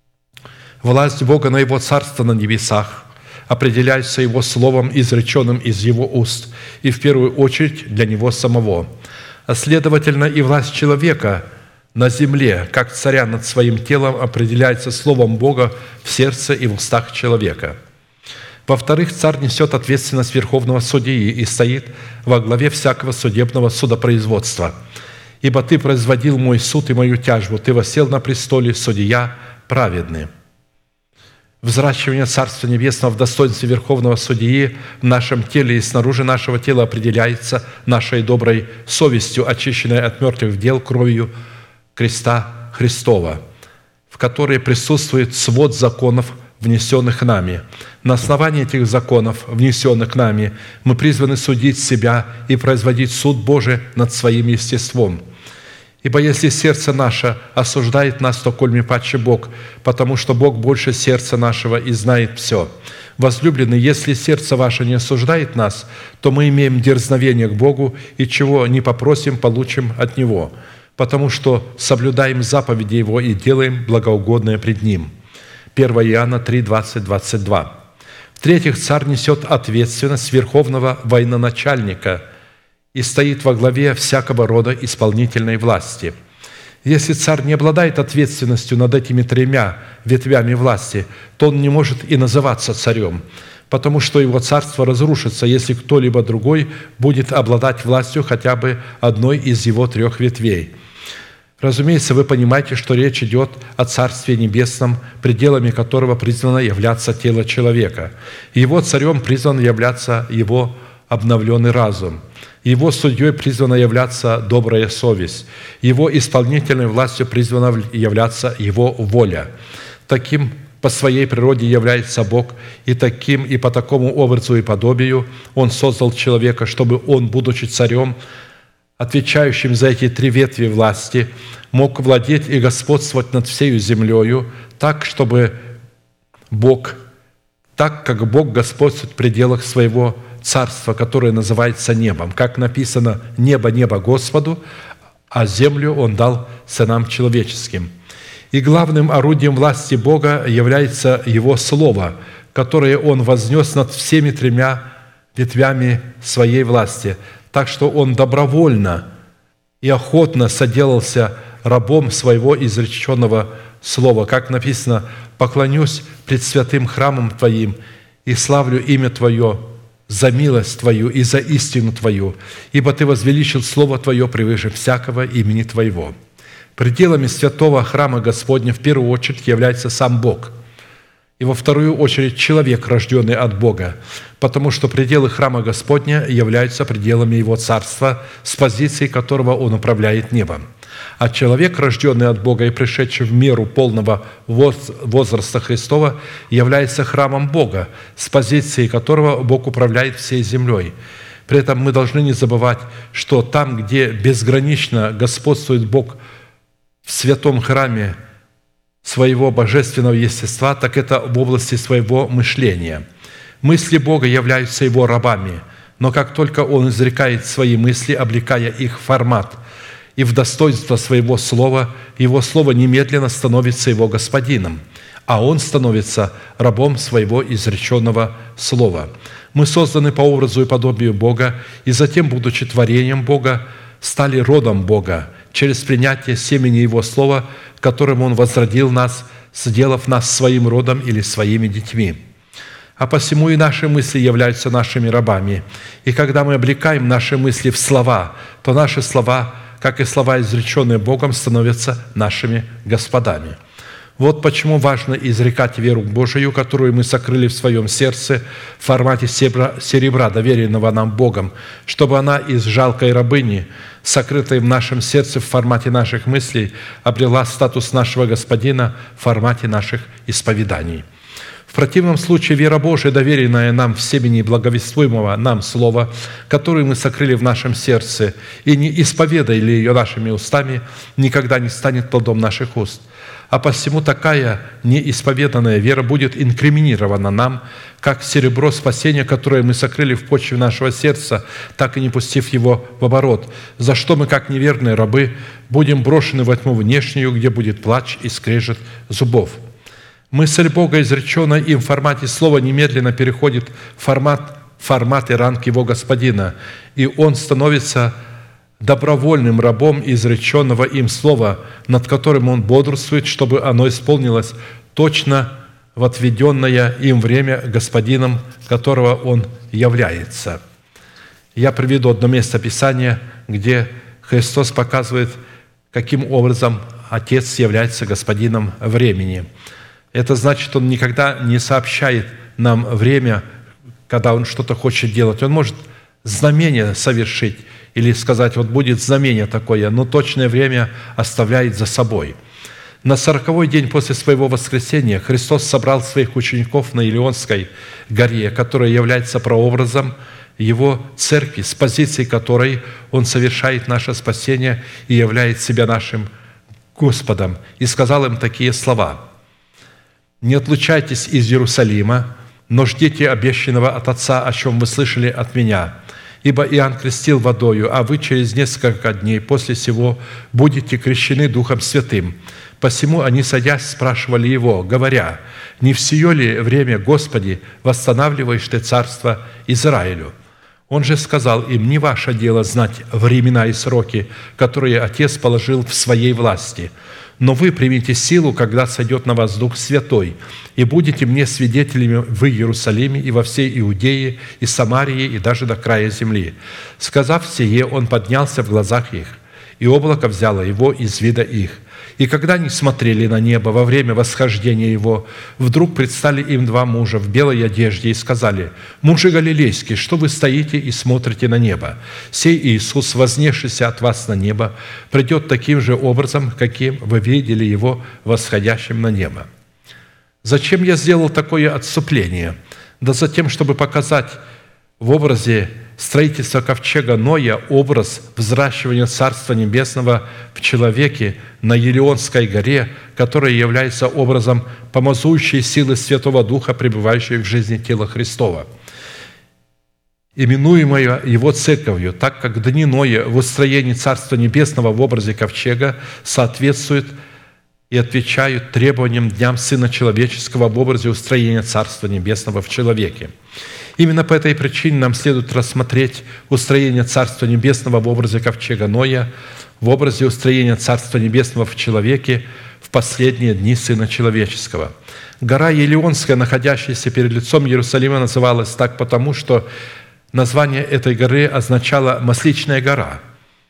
Власть Бога на его царство на небесах определяется его словом, изреченным из его уст, и в первую очередь для него самого. А следовательно, и власть человека на земле, как царя над своим телом, определяется словом Бога в сердце и в устах человека. Во-вторых, царь несет ответственность верховного судьи и стоит во главе всякого судебного судопроизводства. «Ибо ты производил мой суд и мою тяжбу, ты воссел на престоле, судья праведный». Взращивание Царства Небесного в достоинстве верховного судьи в нашем теле и снаружи нашего тела определяется нашей доброй совестью, очищенной от мертвых дел кровью креста Христова, в которой присутствует свод законов, внесенных нами. На основании этих законов, внесенных нами, мы призваны судить себя и производить суд Божий над своим естеством. Ибо если сердце наше осуждает нас, то кольми паче Бог, потому что Бог больше сердца нашего и знает все. Возлюбленные, если сердце ваше не осуждает нас, то мы имеем дерзновение к Богу, и чего не попросим, получим от Него, потому что соблюдаем заповеди Его и делаем благоугодное пред Ним». первое Иоанна три, двадцать, двадцать два. В-третьих, царь несет ответственность верховного военачальника и стоит во главе всякого рода исполнительной власти. Если царь не обладает ответственностью над этими тремя ветвями власти, то он не может и называться царем, потому что его царство разрушится, если кто-либо другой будет обладать властью хотя бы одной из его трех ветвей. Разумеется, вы понимаете, что речь идет о Царстве Небесном, пределами которого призвано являться тело человека. Его царем призван являться его обновленный разум. Его судьей призвана являться добрая совесть. Его исполнительной властью призвана являться его воля. Таким по своей природе является Бог, и таким и по такому образу и подобию Он создал человека, чтобы он, будучи царем, отвечающим за эти три ветви власти, мог владеть и господствовать над всею землею так, чтобы Бог, так как Бог господствует в пределах своего царства, которое называется небом. Как написано: «Небо, небо Господу, а землю Он дал сынам человеческим». И главным орудием власти Бога является Его Слово, которое Он вознес над всеми тремя ветвями своей власти, так что Он добровольно и охотно соделался рабом своего изреченного слова. Как написано: «Поклонюсь пред святым храмом Твоим и славлю имя Твое за милость Твою и за истину Твою, ибо Ты возвеличил Слово Твое превыше всякого имени Твоего». Пределами святого храма Господня в первую очередь является сам Бог, и во вторую очередь человек, рожденный от Бога, потому что пределы храма Господня являются пределами Его Царства, с позиции которого Он управляет небом. А человек, рожденный от Бога и пришедший в меру полного возраста Христова, является храмом Бога, с позиции которого Бог управляет всей землей. При этом мы должны не забывать, что там, где безгранично господствует Бог в святом храме своего божественного естества, так это в области своего мышления. Мысли Бога являются Его рабами, но как только Он изрекает свои мысли, облекая их в формат и в достоинство своего слова, Его слово немедленно становится Его господином, а Он становится рабом своего изреченного слова. Мы созданы по образу и подобию Бога, и затем, будучи творением Бога, стали родом Бога через принятие семени Его Слова, которым Он возродил нас, сделав нас своим родом или своими детьми. А посему и наши мысли являются нашими рабами. И когда мы облекаем наши мысли в слова, то наши слова, как и слова, изреченные Богом, становятся нашими господами. Вот почему важно изрекать веру Божию, которую мы сокрыли в своем сердце в формате серебра, доверенного нам Богом, чтобы она из жалкой рабыни, сокрытой в нашем сердце в формате наших мыслей, обрела статус нашего Господина в формате наших исповеданий. В противном случае вера Божия, доверенная нам в семени благовествуемого нам Слова, которую мы сокрыли в нашем сердце и не исповедали ее нашими устами, никогда не станет плодом наших уст. А посему такая неисповеданная вера будет инкриминирована нам, как серебро спасения, которое мы сокрыли в почве нашего сердца, так и не пустив его в оборот, за что мы, как неверные рабы, будем брошены во тьму внешнюю, где будет плач и скрежет зубов. Мысль Бога, изреченная им в формате слова, немедленно переходит в формат, формат и ранг Его Господина, и Он становится добровольным рабом изреченного им слова, над которым он бодрствует, чтобы оно исполнилось точно в отведенное им время господином, которого он является. Я приведу одно место Писания, где Христос показывает, каким образом Отец является господином времени. Это значит, Он никогда не сообщает нам время, когда Он что-то хочет делать. Он может знамение совершить, или сказать: вот будет знамение такое, но точное время оставляет за собой. На сороковой день после Своего воскресения Христос собрал Своих учеников на Илионской горе, которая является прообразом Его церкви, с позиции которой Он совершает наше спасение и являет себя нашим Господом, и сказал им такие слова: «Не отлучайтесь из Иерусалима, но ждите обещанного от Отца, о чем вы слышали от Меня. Ибо Иоанн крестил водою, а вы через несколько дней после сего будете крещены Духом Святым». Посему они, садясь, спрашивали Его, говоря: «Не в сие ли время, Господи, восстанавливаешь Ты царство Израилю?» Он же сказал им: не ваше дело знать времена и сроки, которые Отец положил в своей власти, но вы примите силу, когда сойдет на вас Дух Святой, и будете мне свидетелями в Иерусалиме и во всей Иудее, и Самарии, и даже до края земли». Сказав сие, Он поднялся в глазах их, и облако взяло Его из вида их. И когда они смотрели на небо во время восхождения Его, вдруг предстали им два мужа в белой одежде и сказали: «Мужи галилейские, что вы стоите и смотрите на небо? Сей Иисус, вознесшийся от вас на небо, придет таким же образом, каким вы видели Его восходящим на небо». Зачем я сделал такое отступление? Да за тем, чтобы показать в образе строительства ковчега Ноя образ взращивания Царства Небесного в человеке на Елеонской горе, которая является образом помазующей силы Святого Духа, пребывающей в жизни тела Христова, именуемая Его Церковью, так как дни Ноя в устроении Царства Небесного в образе ковчега соответствуют и отвечают требованиям дням Сына Человеческого в образе устроения Царства Небесного в человеке. Именно по этой причине нам следует рассмотреть устроение Царства Небесного в образе ковчега Ноя, в образе устроения Царства Небесного в человеке в последние дни Сына Человеческого. Гора Елеонская, находящаяся перед лицом Иерусалима, называлась так потому, что название этой горы означало «масличная гора»,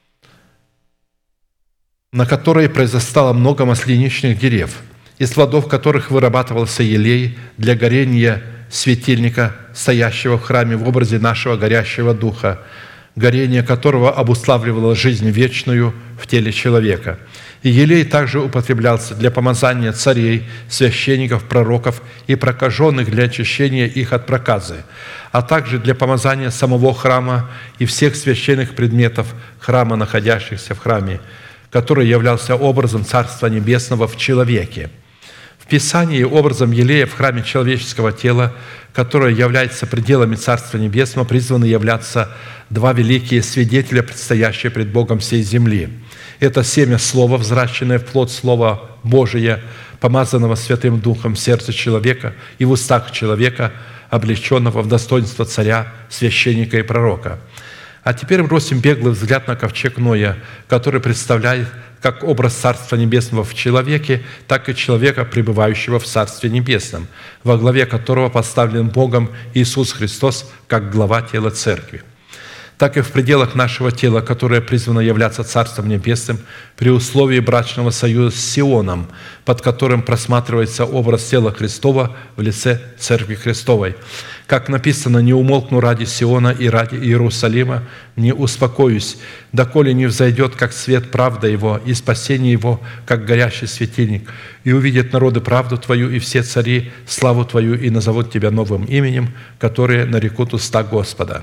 на которой произрастало много масляничных дерев, из плодов которых вырабатывался елей для горения светильника, стоящего в храме в образе нашего горящего духа, горение которого обуславливало жизнь вечную в теле человека. И елей также употреблялся для помазания царей, священников, пророков и прокаженных для очищения их от проказы, а также для помазания самого храма и всех священных предметов храма, находящихся в храме, который являлся образом Царства Небесного в человеке. В Писании образом елея в храме человеческого тела, которое является пределами Царства Небесного, призваны являться два великие свидетеля, предстоящие пред Богом всей земли. Это семя Слова, взращенное в плод Слова Божия, помазанного Святым Духом в сердце человека и в устах человека, облеченного в достоинство царя, священника и пророка. А теперь бросим беглый взгляд на ковчег Ноя, который представляет как образ Царства Небесного в человеке, так и человека, пребывающего в Царстве Небесном, во главе которого поставлен Богом Иисус Христос, как глава тела Церкви. Так и в пределах нашего тела, которое призвано являться Царством Небесным, при условии брачного союза с Сионом, под которым просматривается образ тела Христова в лице Церкви Христовой. Как написано: «Не умолкну ради Сиона и ради Иерусалима, не успокоюсь, доколе не взойдет, как свет, правда Его, и спасение Его, как горящий светильник, и увидят народы правду Твою, и все цари славу Твою, и назовут Тебя новым именем, которые нарекут уста Господа».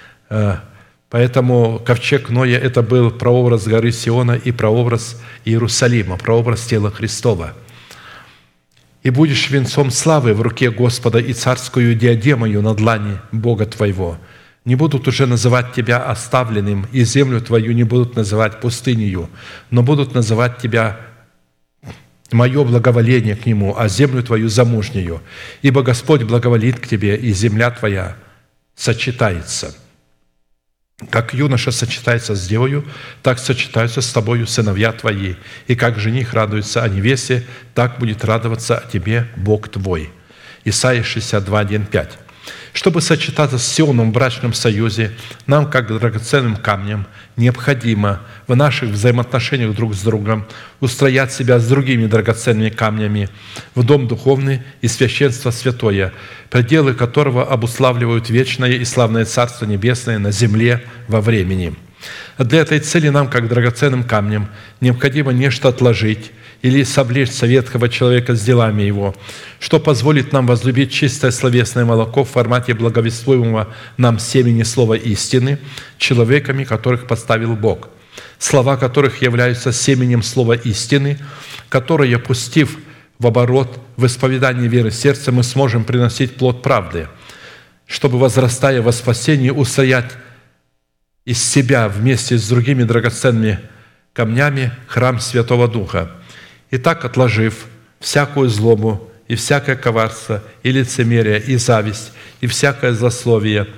Поэтому ковчег Ноя – это был прообраз горы Сиона и прообраз Иерусалима, прообраз тела Христова. «И будешь венцом славы в руке Господа и царскую диадемою на длани Бога твоего. Не будут уже называть тебя оставленным, и землю твою не будут называть пустынею, но будут называть тебя мое благоволение к нему, а землю твою замужнею. Ибо Господь благоволит к тебе, и земля твоя сочетается. Как юноша сочетается с девою, так сочетаются с тобою сыновья твои, и как жених радуется о невесте, так будет радоваться о тебе Бог твой». Исайя шестьдесят два, один, пять. Чтобы сочетаться с Сионом в брачном союзе, нам, как драгоценным камнем, необходимо в наших взаимоотношениях друг с другом устроять себя с другими драгоценными камнями в дом духовный и священство святое, пределы которого обуславливают вечное и славное Царство Небесное на земле во времени. Для этой цели нам, как драгоценным камням, необходимо нечто отложить или совлечься ветхого человека с делами его, что позволит нам возлюбить чистое словесное молоко в формате благовествуемого нам семени слова истины, человеками, которых поставил Бог, слова которых являются семенем слова истины, которое, пустив в оборот в исповедании веры сердца, мы сможем приносить плод правды, чтобы, возрастая во спасении, устоять из себя вместе с другими драгоценными камнями храм Святого Духа. Итак, отложив всякую злобу и всякое коварство, и лицемерие, и зависть, и всякое злословие,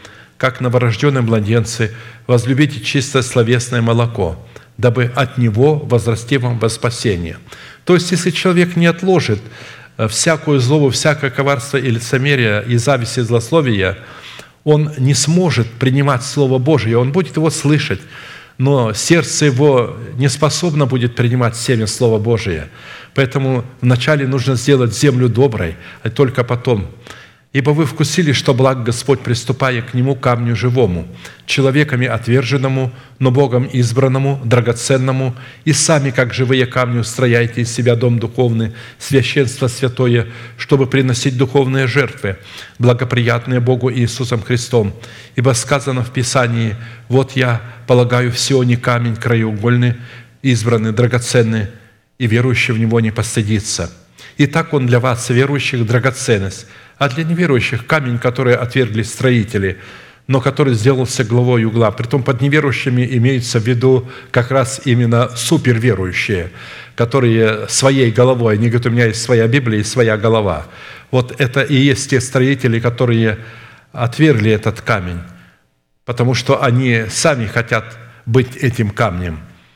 как новорожденные младенцы, возлюбите чистое словесное молоко, дабы от него возрасти вам во спасение». То есть, если человек не отложит всякую злобу, всякое коварство и лицемерие, и зависть, и злословие, он не сможет принимать Слово Божие, он будет его слышать, но сердце его не способно будет принимать семя Слова Божие. Поэтому вначале нужно сделать землю доброй, а только потом. «Ибо вы вкусили, что благ Господь, приступая к Нему, камню живому, человеками отверженному, но Богом избранному, драгоценному, и сами, как живые камни, устрояете из себя дом духовный, священство святое, чтобы приносить духовные жертвы, благоприятные Богу Иисусом Христом. Ибо сказано в Писании: вот я полагаю в Сионе камень краеугольный, избранный, драгоценный, и верующий в Него не постыдится. Итак, Он для вас, верующих, драгоценность, а для неверующих камень, который отвергли строители, но который сделался главой угла». Притом под неверующими имеются в виду как раз именно суперверующие, которые своей головой, они говорят: у меня есть своя Библия и своя голова. Вот это и есть те строители, которые отвергли этот камень, потому что они сами хотят быть этим камнем.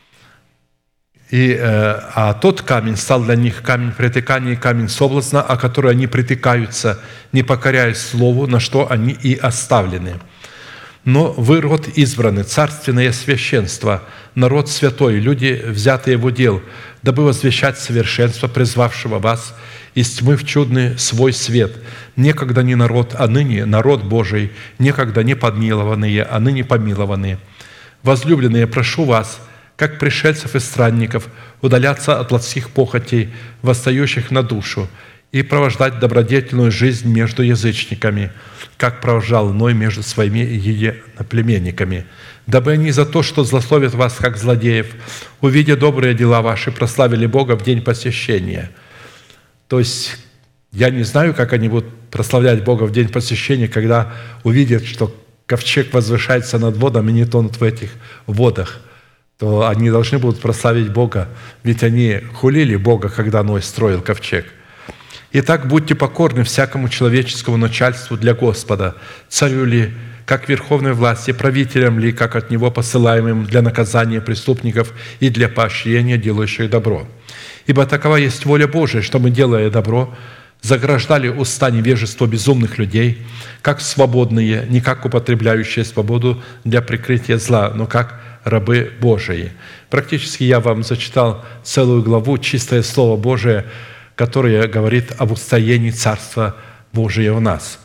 И, а тот камень стал для них камень притыкания и камень соблазна, о который они притыкаются, не покоряясь слову, на что они и оставлены. Но вы род избранный, царственное священство, народ святой, люди, взятые в удел, дабы возвещать совершенство, призвавшего вас из тьмы в чудный свой свет. Некогда не народ, а ныне народ Божий, некогда не подмилованные, а ныне помилованные. Возлюбленные, прошу вас, как пришельцев и странников, удаляться от плотских похотей, восстающих на душу, и провождать добродетельную жизнь между язычниками, как провожал Ной между своими единоплеменниками, дабы они за то, что злословят вас, как злодеев, увидя добрые дела ваши, прославили Бога в день посещения». То есть, я не знаю, как они будут прославлять Бога в день посещения, когда увидят, что ковчег возвышается над водами и не тонут в этих водах, то они должны будут прославить Бога, ведь они хулили Бога, когда Ной строил ковчег. «Итак, будьте покорны всякому человеческому начальству для Господа, царю ли, как верховной власти, правителям ли, как от Него посылаемым для наказания преступников и для поощрения делающих добро. Ибо такова есть воля Божия, что мы, делая добро, заграждали уста невежества безумных людей, как свободные, не как употребляющие свободу для прикрытия зла, но как рабы Божии». Практически я вам зачитал целую главу, чистое Слово Божие, которое говорит об устоянии Царства Божия в нас.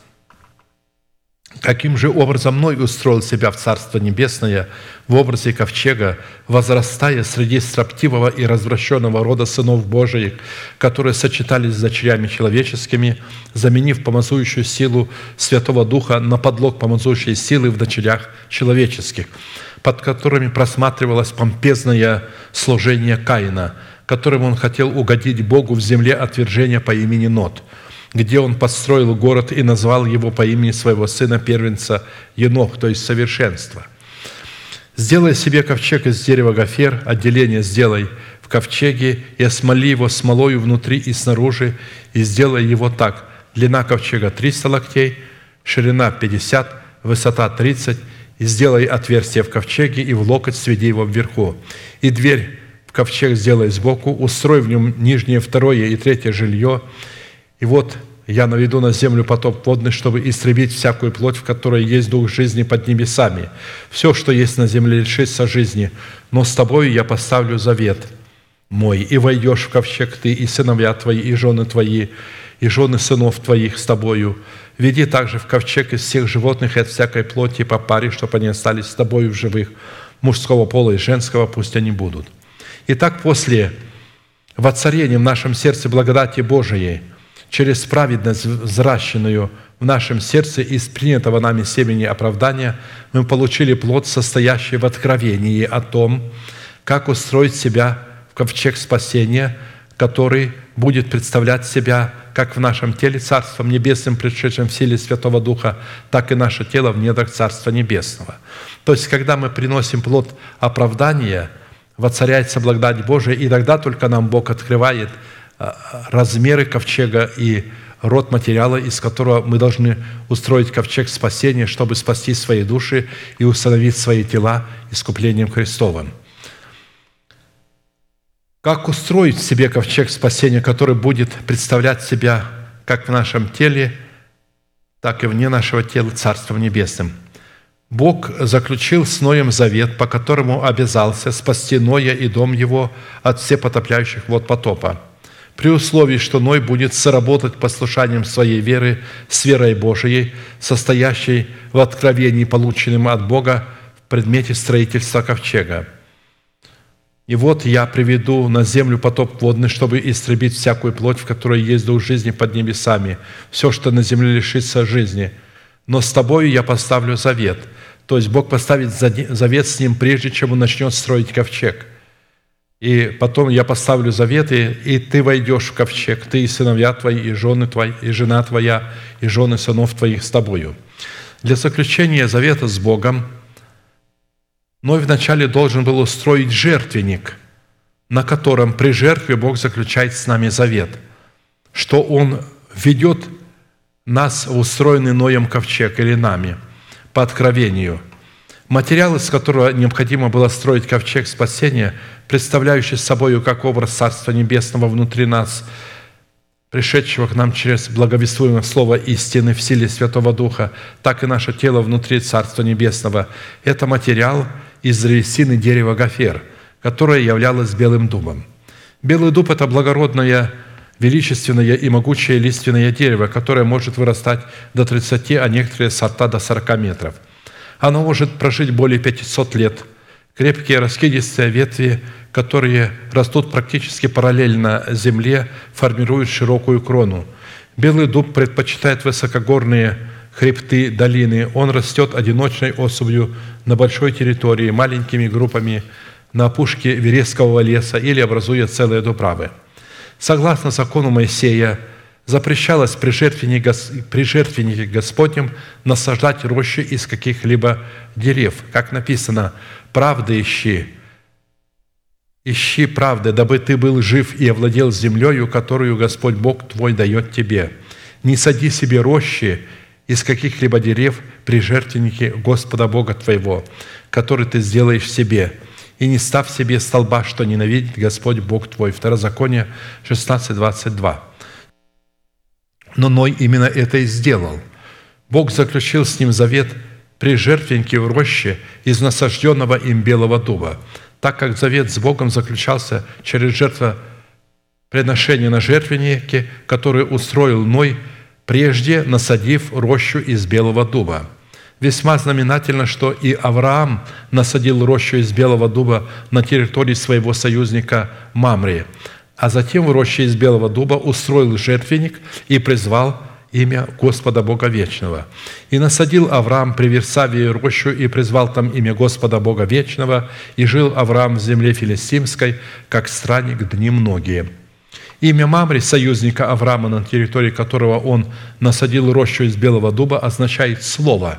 Каким же образом Ной устроил себя в Царство Небесное в образе ковчега, возрастая среди строптивого и развращенного рода сынов Божиих, которые сочетались с дочерями человеческими, заменив помазующую силу Святого Духа на подлог помазующей силы в дочерях человеческих, под которыми просматривалось помпезное служение Каина, которым он хотел угодить Богу в земле отвержения по имени Нот, где он построил город и назвал его по имени своего сына первенца Енох, то есть совершенство. «Сделай себе ковчег из дерева гофер, отделение сделай в ковчеге и осмоли его смолою внутри и снаружи, и сделай его так: длина ковчега триста локтей, ширина пятьдесят, высота тридцать, и сделай отверстие в ковчеге, и в локоть сведи его вверху. И дверь в ковчег сделай сбоку, устрой в нем нижнее, второе и третье жилье. И вот я наведу на землю потоп водный, чтобы истребить всякую плоть, в которой есть дух жизни под небесами. Все, что есть на земле, лишится жизни, но с тобою я поставлю завет мой, и войдешь в ковчег ты, и сыновья твои, и жены твои, и жены сынов твоих с тобою. Веди также в ковчег из всех животных и от всякой плоти по паре, чтобы они остались с тобою в живых, мужского пола и женского пусть они будут». Итак, после воцарения в нашем сердце благодати Божией, через праведность, взращенную в нашем сердце из принятого нами семени оправдания, мы получили плод, состоящий в откровении о том, как устроить себя в ковчег спасения, который будет представлять себя как в нашем теле Царством Небесным, пришедшим в силе Святого Духа, так и наше тело в недрах Царства Небесного. То есть, когда мы приносим плод оправдания, воцаряется благодать Божия, и тогда только нам Бог открывает размеры ковчега и род материала, из которого мы должны устроить ковчег спасения, чтобы спасти свои души и установить свои тела искуплением Христовым. Как устроить в себе ковчег спасения, который будет представлять себя как в нашем теле, так и вне нашего тела Царством Небесным? Бог заключил с Ноем завет, по которому обязался спасти Ноя и дом его от всепотопляющих вод потопа, при условии, что Ной будет соработать послушанием своей веры с верой Божией, состоящей в откровении, полученном от Бога в предмете строительства ковчега. «И вот я приведу на землю потоп водный, чтобы истребить всякую плоть, в которой есть дух жизни под небесами, все, что на земле лишится жизни. Но с тобою я поставлю завет». То есть Бог поставит завет с ним, прежде чем он начнет строить ковчег. «И потом я поставлю заветы, и ты войдешь в ковчег, ты и сыновья твои, и жены твои, и жена твоя, и жены сынов твоих с тобою». Для заключения завета с Богом Ной вначале должен был устроить жертвенник, на котором при жертве Бог заключает с нами завет, что Он ведет нас в устроенный Ноем ковчег или нами по откровению. Материал, из которого необходимо было строить ковчег спасения, представляющий собой как образ Царства Небесного внутри нас, пришедшего к нам через благовествуемое слово истины в силе Святого Духа, так и наше тело внутри Царства Небесного. Это материал из древесины дерева гофер, которое являлось белым дубом. Белый дуб – это благородное, величественное и могучее лиственное дерево, которое может вырастать до тридцати, а некоторые сорта до сорока метров. Оно может прожить более пятисот лет. Крепкие раскидистые ветви, которые растут практически параллельно земле, формируют широкую крону. Белый дуб предпочитает высокогорные хребты, долины. Он растет одиночной особью на большой территории, маленькими группами на опушке верескового леса или образуя целые дубравы. Согласно закону Моисея, запрещалось при жертвеннике, при жертвеннике Господнем насаждать рощи из каких-либо дерев. Как написано: «Правды ищи, ищи правды, дабы ты был жив и овладел землею, которую Господь Бог твой дает тебе. Не сади себе рощи из каких-либо дерев при жертвеннике Господа Бога твоего, который ты сделаешь себе, и не став себе столба, что ненавидит Господь Бог твой». Второзаконие шестнадцать двадцать два. Но Ной именно это и сделал. Бог заключил с ним завет при жертвеннике в роще из насажденного им белого дуба, так как завет с Богом заключался через жертвоприношение на жертвеннике, который устроил Ной, прежде насадив рощу из белого дуба. Весьма знаменательно, что и Авраам насадил рощу из белого дуба на территории своего союзника Мамре, а затем в роще из белого дуба устроил жертвенник и призвал имя Господа Бога Вечного. И насадил Авраам при Вирсавии рощу и призвал там имя Господа Бога Вечного, и жил Авраам в земле филистимской, как странник дни многие. Имя Мамре, союзника Авраама, на территории которого он насадил рощу из белого дуба, означает «слово».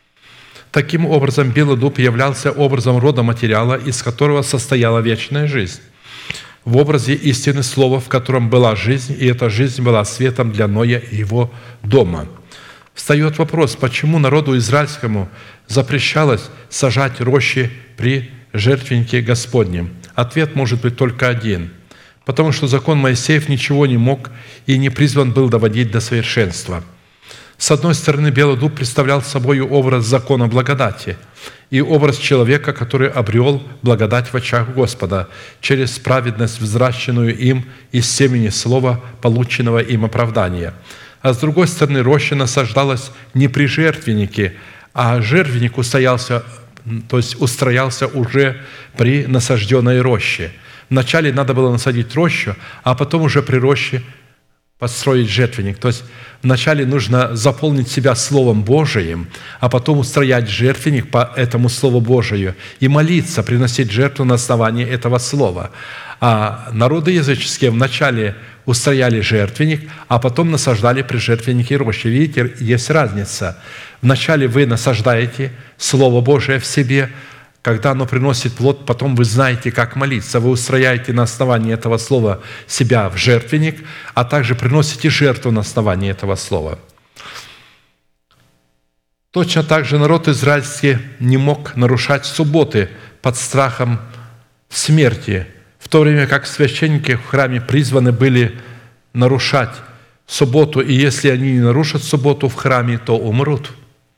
Таким образом, белый дуб являлся образом рода материала, из которого состояла вечная жизнь. В образе истины слова, в котором была жизнь, и эта жизнь была светом для Ноя и его дома. Встает вопрос, почему народу израильскому запрещалось сажать рощи при жертвеннике Господнем? Ответ может быть только один. Потому что закон Моисеев ничего не мог и не призван был доводить до совершенства. С одной стороны, белый дуб представлял собой образ закона благодати и образ человека, который обрел благодать в очах Господа через праведность, взращенную им из семени слова, полученного им оправдания. А с другой стороны, роща насаждалась не при жертвеннике, а жертвенник устоялся, то есть устроялся уже при насажденной роще. Вначале надо было насадить рощу, а потом уже при роще построить жертвенник. То есть вначале нужно заполнить себя Словом Божиим, а потом устроять жертвенник по этому Слову Божию и молиться, приносить жертву на основании этого Слова. А народы языческие вначале устрояли жертвенник, а потом насаждали при жертвеннике рощи. Видите, есть разница. Вначале вы насаждаете Слово Божие в себе, когда оно приносит плод, потом вы знаете, как молиться. Вы устрояете на основании этого слова себя в жертвенник, а также приносите жертву на основании этого слова. Точно так же народ израильский не мог нарушать субботы под страхом смерти, в то время как священники в храме призваны были нарушать субботу, и если они не нарушат субботу в храме, то умрут.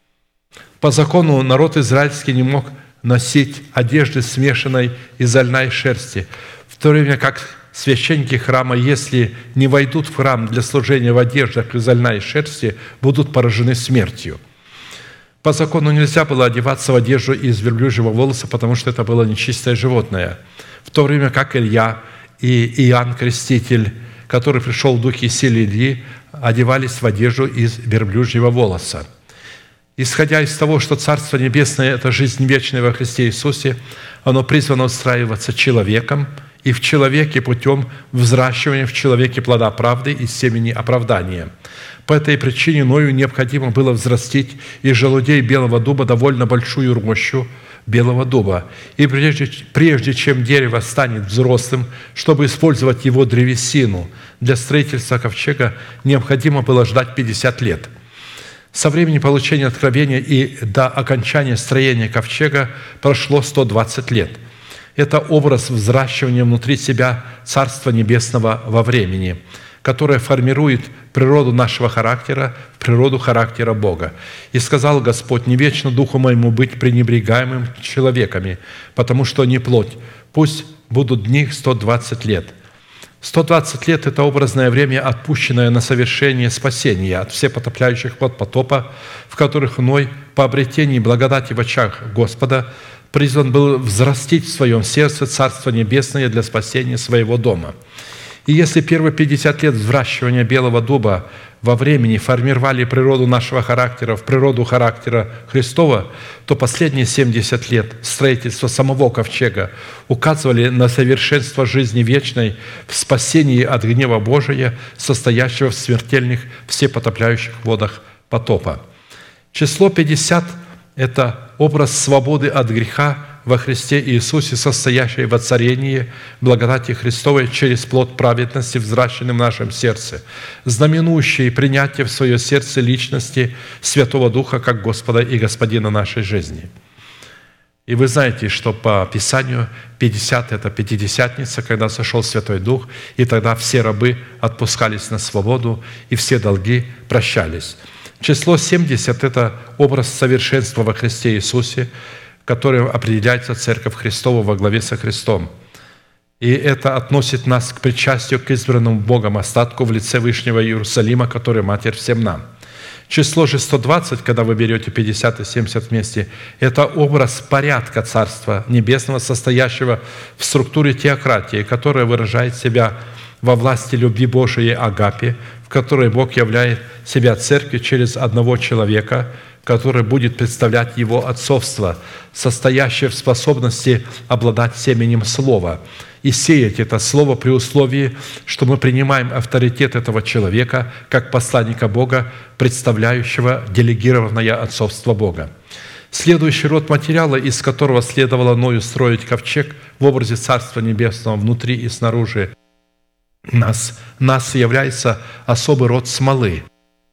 По закону народ израильский не мог носить одежды смешанной из льна и шерсти, в то время как священники храма, если не войдут в храм для служения в одеждах из льна и шерсти, будут поражены смертью. По закону нельзя было одеваться в одежду из верблюжьего волоса, потому что это было нечистое животное, в то время как Илья и Иоанн Креститель, который пришел в духе и силе Ильи, одевались в одежду из верблюжьего волоса. Исходя из того, что Царство Небесное – это жизнь вечная во Христе Иисусе, оно призвано устраиваться человеком, и в человеке путем взращивания в человеке плода правды и семени оправдания. По этой причине Ною необходимо было взрастить из желудей белого дуба довольно большую рощу белого дуба. И прежде, прежде чем дерево станет взрослым, чтобы использовать его древесину для строительства ковчега, необходимо было ждать пятьдесят лет. Со времени получения откровения и до окончания строения ковчега прошло сто двадцать лет. Это образ взращивания внутри себя Царства Небесного во времени, которое формирует природу нашего характера в природу характера Бога. «И сказал Господь: не вечно духу моему быть пренебрегаемым человеками, потому что не плоть, пусть будут дни сто двадцать лет». сто двадцать лет – это образное время, отпущенное на совершение спасения от всепотопляющих вод потопа, в которых Ной по обретении благодати в очах Господа призван был взрастить в своем сердце Царство Небесное для спасения своего дома. И если первые пятьдесят лет взращивания белого дуба во времени формировали природу нашего характера в природу характера Христова, то последние семьдесят лет строительства самого ковчега указывали на совершенство жизни вечной в спасении от гнева Божия, состоящего в смертельных всепотопляющих водах потопа. Число пятьдесят – это образ свободы от греха во Христе Иисусе, состоящей в воцарении благодати Христовой через плод праведности, взращенный в нашем сердце, знаменующий принятие в свое сердце личности Святого Духа как Господа и Господина нашей жизни. И вы знаете, что по Писанию пятьдесят – это Пятидесятница, когда сошел Святой Дух, и тогда все рабы отпускались на свободу, и все долги прощались. Число семьдесят – это образ совершенства во Христе Иисусе, которым определяется Церковь Христова во главе со Христом. И это относит нас к причастию к избранному Богом остатку в лице Вышнего Иерусалима, который Матерь всем нам. Число же сто двадцать, когда вы берете пятьдесят и семьдесят вместе, это образ порядка Царства Небесного, состоящего в структуре теократии, которая выражает себя во власти любви Божией Агапе, в которой Бог являет себя Церкви через одного человека, который будет представлять Его отцовство, состоящее в способности обладать семенем Слова и сеять это Слово при условии, что мы принимаем авторитет этого человека как посланника Бога, представляющего делегированное отцовство Бога. Следующий род материала, из которого следовало Ною строить ковчег в образе Царства Небесного внутри и снаружи нас, нас является особый род смолы,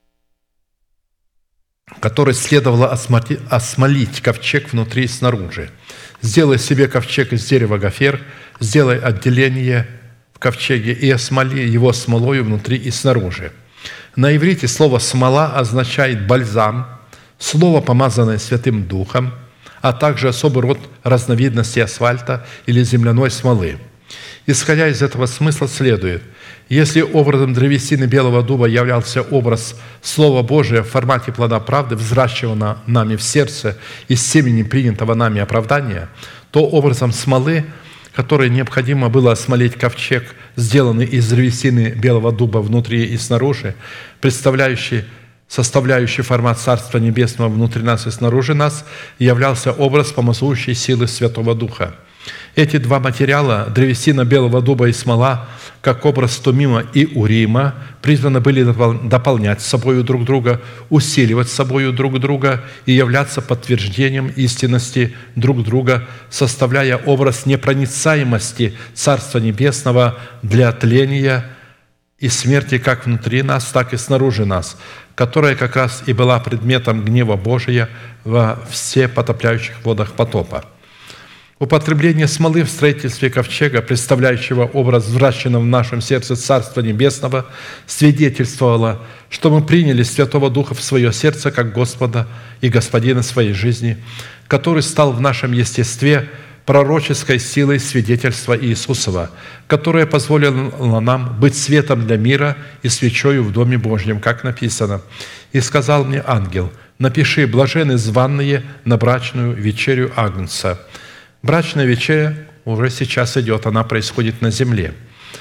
который следовало осмолить ковчег внутри и снаружи. Сделай себе ковчег из дерева гофер, сделай отделение в ковчеге и осмоли его смолою внутри и снаружи. На иврите слово «смола» означает бальзам, слово, помазанное Святым Духом, а также особый род разновидности асфальта или земляной смолы. Исходя из этого смысла следует, если образом древесины белого дуба являлся образ Слова Божия в формате плода правды, взращенного нами в сердце из семени принятого нами оправдания, то образом смолы, которой необходимо было осмолить ковчег, сделанный из древесины белого дуба внутри и снаружи, представляющий составляющий формат Царства Небесного внутри нас и снаружи нас, являлся образ помазующей силы Святого Духа. Эти два материала, древесина белого дуба и смола, как образ Тумима и Урима, призваны были дополнять собою друг друга, усиливать собою друг друга и являться подтверждением истинности друг друга, составляя образ непроницаемости Царства Небесного для тления и смерти как внутри нас, так и снаружи нас, которая как раз и была предметом гнева Божия во все потопляющих водах потопа. Употребление смолы в строительстве ковчега, представляющего образ взращенного в нашем сердце Царства Небесного, свидетельствовало, что мы приняли Святого Духа в свое сердце как Господа и Господина своей жизни, который стал в нашем естестве пророческой силой свидетельства Иисусова, которое позволило нам быть светом для мира и свечою в Доме Божьем, как написано. «И сказал мне ангел, напиши, блаженны званные на брачную вечерю Агнца». Брачная вечеря уже сейчас идет, она происходит на земле.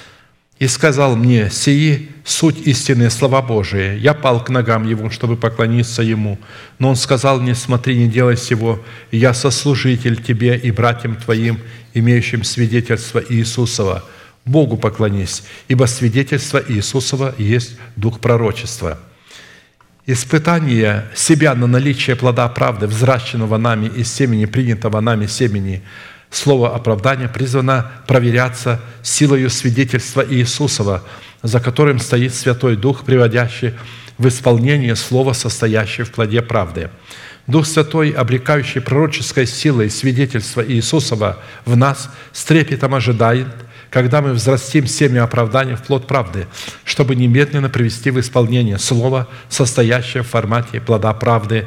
«И сказал мне, сии суть истинные слова Божии. Я пал к ногам Его, чтобы поклониться Ему. Но Он сказал мне, смотри, не делай сего, я сослужитель тебе и братьям твоим, имеющим свидетельство Иисусова. Богу поклонись, ибо свидетельство Иисусова есть дух пророчества». Испытание себя на наличие плода правды, взращенного нами из семени, принятого нами семени, слово оправдания призвано проверяться силою свидетельства Иисусова, за которым стоит Святой Дух, приводящий в исполнение слова, состоящее в плоде правды. Дух Святой, облекающий пророческой силой свидетельства Иисусова в нас, с трепетом ожидает, когда мы взрастим семя оправдания в плод правды, чтобы немедленно привести в исполнение слово, состоящее в формате плода правды,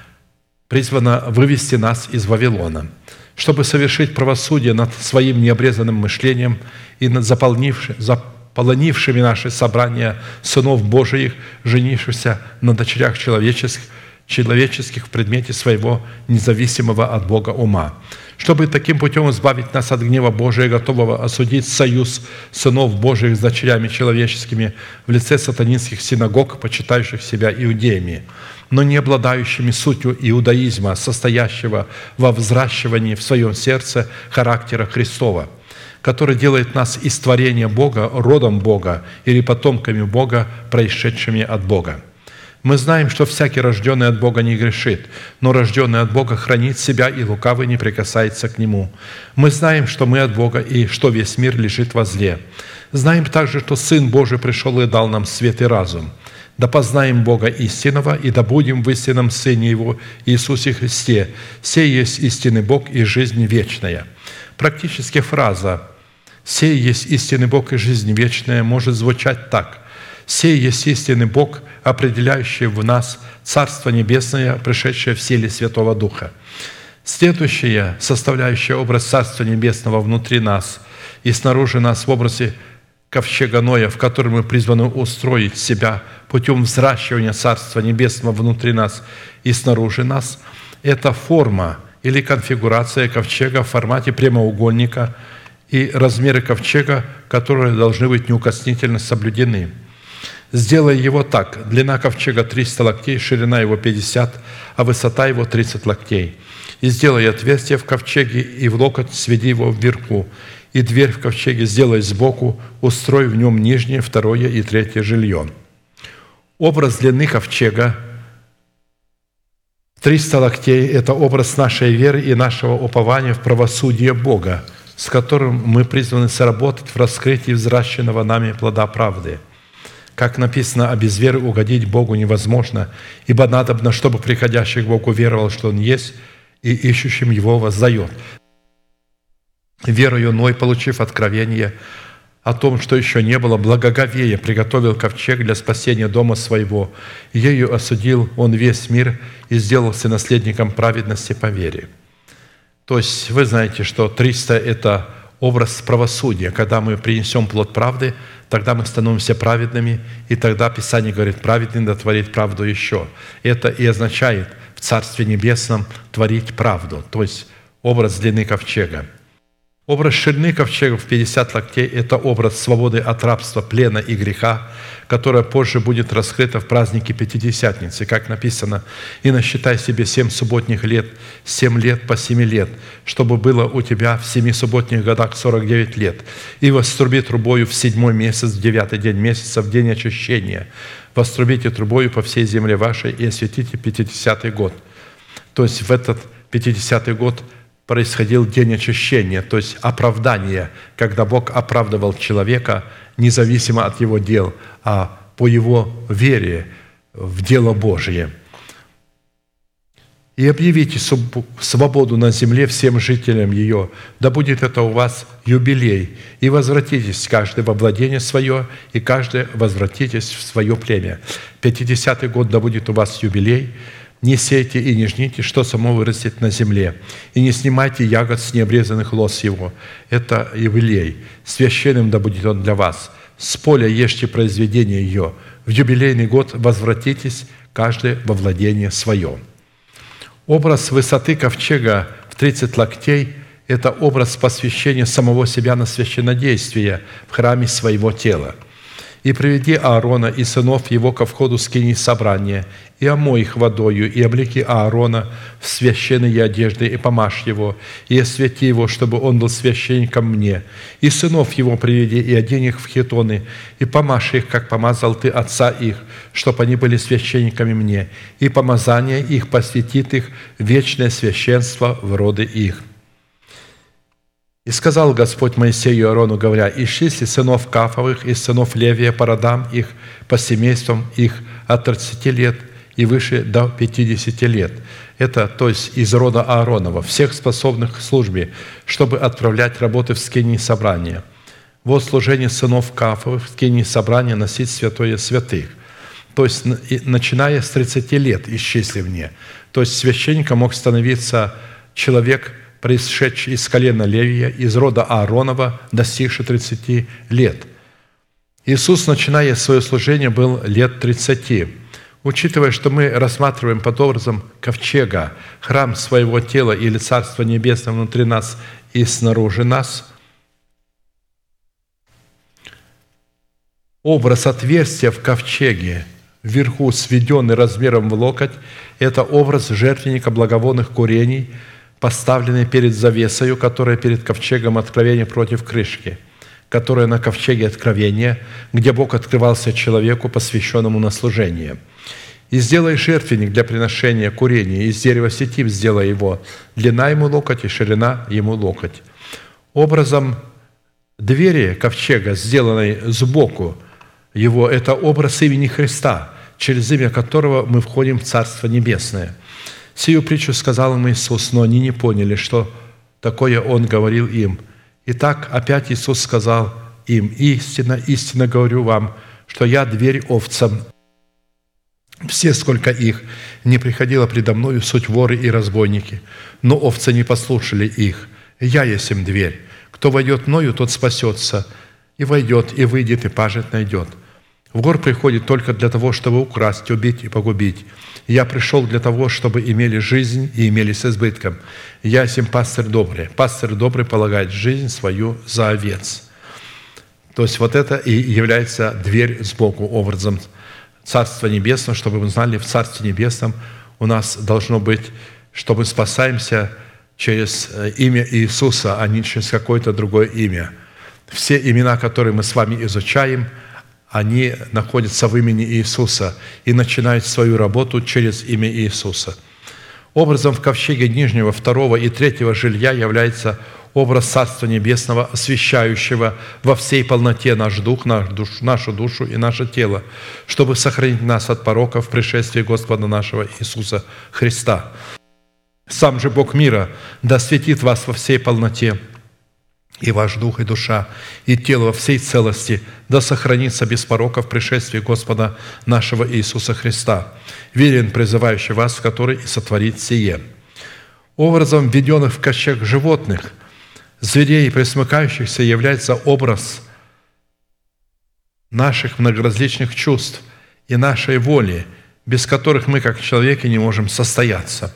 призвано вывести нас из Вавилона, чтобы совершить правосудие над своим необрезанным мышлением и над заполнившими, заполонившими наши собрания сынов Божиих, женившихся на дочерях человеческих, человеческих в предмете своего независимого от Бога ума, чтобы таким путем избавить нас от гнева Божия, готового осудить союз сынов Божиих с дочерями человеческими в лице сатанинских синагог, почитающих себя иудеями, но не обладающими сутью иудаизма, состоящего во взращивании в своем сердце характера Христова, который делает нас из творения Бога, родом Бога или потомками Бога, происшедшими от Бога. Мы знаем, что всякий, рожденный от Бога, не грешит, но рожденный от Бога хранит себя, и лукавый не прикасается к нему. Мы знаем, что мы от Бога, и что весь мир лежит во зле. Знаем также, что Сын Божий пришел и дал нам свет и разум. Да познаем Бога истинного, и да будем в истинном Сыне Его, Иисусе Христе. Сей есть истинный Бог и жизнь вечная». Практически фраза «Сей есть истинный Бог и жизнь вечная» может звучать так: «Сей есть истинный Бог, определяющий в нас Царство Небесное, пришедшее в силе Святого Духа». Следующая составляющая образ Царства Небесного внутри нас и снаружи нас в образе ковчега Ноя, в котором мы призваны устроить себя путем взращивания Царства Небесного внутри нас и снаружи нас, это форма или конфигурация ковчега в формате прямоугольника и размеры ковчега, которые должны быть неукоснительно соблюдены. Сделай его так: длина ковчега триста локтей, ширина его пятьдесят, а высота его тридцать локтей. И сделай отверстие в ковчеге, и в локоть сведи его вверху, и дверь в ковчеге сделай сбоку, устрой в нем нижнее, второе и третье жилье. Образ длины ковчега триста локтей – это образ нашей веры и нашего упования в правосудие Бога, с которым мы призваны сработать в раскрытии взращенного нами плода правды. Как написано, а без веры угодить Богу невозможно, ибо надобно, чтобы приходящий к Богу веровал, что Он есть, и ищущим Его воздает. Верою Ной, получив откровение о том, что еще не было, благоговея приготовил ковчег для спасения дома своего. Ею осудил он весь мир и сделался наследником праведности по вере. То есть вы знаете, что триста – это образ правосудия. Когда мы принесем плод правды, тогда мы становимся праведными, и тогда Писание говорит: праведный да творит правду еще. Это и означает в Царстве Небесном творить правду, то есть образ длины ковчега. Образ ширины ковчега в пятьдесят локтей – это образ свободы от рабства, плена и греха, которая позже будет раскрыта в празднике Пятидесятницы, как написано: «И насчитай себе семь субботних лет, семь лет по семи лет, чтобы было у тебя в семи субботних годах сорок девять лет. И воструби трубою в седьмой месяц, в девятый день месяца, в день очищения. Вострубите трубою по всей земле вашей и осветите пятидесятый год». То есть в этот пятидесятый год происходил день очищения, то есть оправдание, когда Бог оправдывал человека независимо от его дел, а по его вере в дело Божие. «И объявите свободу на земле всем жителям ее, да будет это у вас юбилей, и возвратитесь каждый во владение свое, и каждый возвратитесь в свое племя. Пятидесятый год да будет у вас юбилей, не сейте и не жните, что само вырастет на земле, и не снимайте ягод с необрезанных лоз его. Это юбилей. Священным да будет он для вас. С поля ешьте произведение ее. В юбилейный год возвратитесь, каждый во владение свое». Образ высоты ковчега в тридцать локтей – это образ посвящения самого себя на священнодействие в храме своего тела. «И приведи Аарона и сынов его ко входу скинии собрания, и омой их водою, и облеки Аарона в священные одежды, и помажь его, и освети его, чтобы он был священником мне. И сынов его приведи, и одень их в хитоны, и помажь их, как помазал ты отца их, чтоб они были священниками мне, и помазание их посвятит их в вечное священство в роды их». «И сказал Господь Моисею и Аарону, говоря: исчисли сынов Кафовых и сынов Левия по родам их, по семействам их от тридцати лет и выше до пятидесяти лет». Это, то есть, из рода Ааронова, всех способных к службе, чтобы отправлять работы в скинии собрания. Вот служение сынов Кафовых в скинии собрания носить святое святых. То есть, начиная с тридцати лет исчисливание. То есть, священником мог становиться человек, происшедший из колена Левия, из рода Ааронова, достигший тридцати лет. Иисус, начиная свое служение, был лет тридцати. Учитывая, что мы рассматриваем под образом ковчега храм своего тела или Царство Небесное внутри нас и снаружи нас, образ отверстия в ковчеге, вверху сведенный размером в локоть, это образ жертвенника благовонных курений, поставленный перед завесою, которая перед ковчегом откровения против крышки, которая на ковчеге откровения, где Бог открывался человеку, посвященному на служение. «И сделай жертвенник для приношения курения, из дерева сетим сделай его, длина ему локоть и ширина ему локоть». Образом двери ковчега, сделанной сбоку его, это образ имени Христа, через имя которого мы входим в Царство Небесное. Сию притчу сказал им Иисус, но они не поняли, что такое Он говорил им. Итак, опять Иисус сказал им: «Истинно, истинно говорю вам, что я дверь овцам. Все, сколько их, не приходило предо мною, суть воры и разбойники, но овцы не послушали их. Я есть им дверь. Кто войдет мною, тот спасется, и войдет, и выйдет, и пажить найдет. В гор приходит только для того, чтобы украсть, убить и погубить. Я пришел для того, чтобы имели жизнь и имели с избытком. Я сим пастырь добрый. Пастырь добрый полагает жизнь свою за овец». То есть вот это и является дверь сбоку, образом Царства Небесного, чтобы мы знали, в Царстве Небесном у нас должно быть, что мы спасаемся через имя Иисуса, а не через какое-то другое имя. Все имена, которые мы с вами изучаем, они находятся в имени Иисуса и начинают свою работу через имя Иисуса. Образом в ковчеге нижнего, второго и третьего жилья является образ Царства Небесного, освящающего во всей полноте наш дух, нашу душу и наше тело, чтобы сохранить нас от порока в пришествии Господа нашего Иисуса Христа. Сам же Бог мира да осветит вас во всей полноте, и ваш дух, и душа, и тело во всей целости да сохранится без порока в пришествии Господа нашего Иисуса Христа, верен призывающий вас, который и сотворит сие. Образом введенных в ковчег животных, зверей и пресмыкающихся является образ наших многоразличных чувств и нашей воли, без которых мы, как человеки, не можем состояться.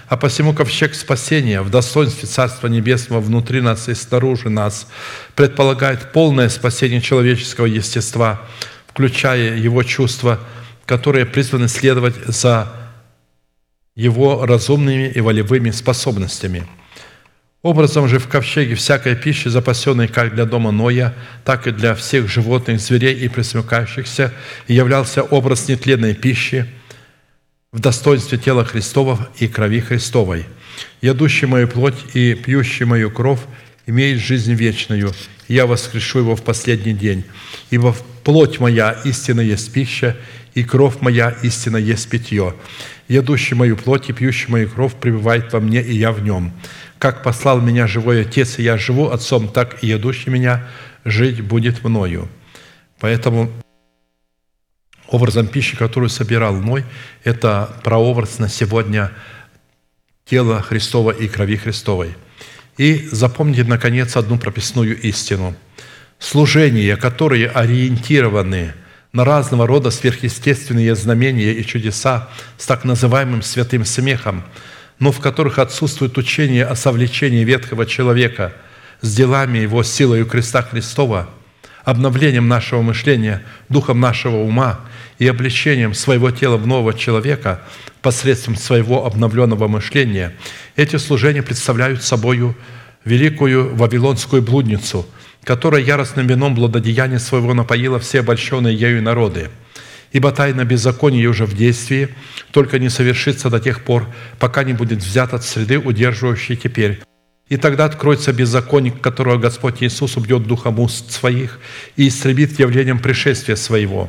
А посему ковчег спасения в достоинстве Царства Небесного внутри нас и снаружи нас предполагает полное спасение человеческого естества, включая его чувства, которые призваны следовать за его разумными и волевыми способностями. Образом же в ковчеге всякой пищи, запасенной как для дома Ноя, так и для всех животных, зверей и пресмыкающихся, являлся образ нетленной пищи в достоинстве тела Христова и крови Христовой. «Ядущий мою плоть и пьющий мою кровь имеет жизнь вечную, и я воскрешу его в последний день. Ибо плоть моя истинно есть пища, и кровь моя истинно есть питье. Ядущий мою плоть и пьющий мою кровь пребывает во мне, и я в нем. Как послал меня живой Отец, и я живу Отцом, так и ядущий меня жить будет мною». Поэтому образом пищи, которую собирал Ной, это прообраз на сегодня тела Христова и крови Христовой. И запомните, наконец, одну прописную истину. Служения, которые ориентированы на разного рода сверхъестественные знамения и чудеса с так называемым святым смехом, но в которых отсутствует учение о совлечении ветхого человека с делами его силою креста Христова, обновлением нашего мышления, духом нашего ума и облечением своего тела в нового человека посредством своего обновленного мышления, эти служения представляют собою великую вавилонскую блудницу, которая яростным вином блудодеяния своего напоила все обольщенные ею народы. Ибо тайна беззакония уже в действии, только не совершится до тех пор, пока не будет взят от среды, удерживающей теперь. И тогда откроется беззаконник, которого Господь Иисус убьет духом уст своих и истребит явлением пришествия своего.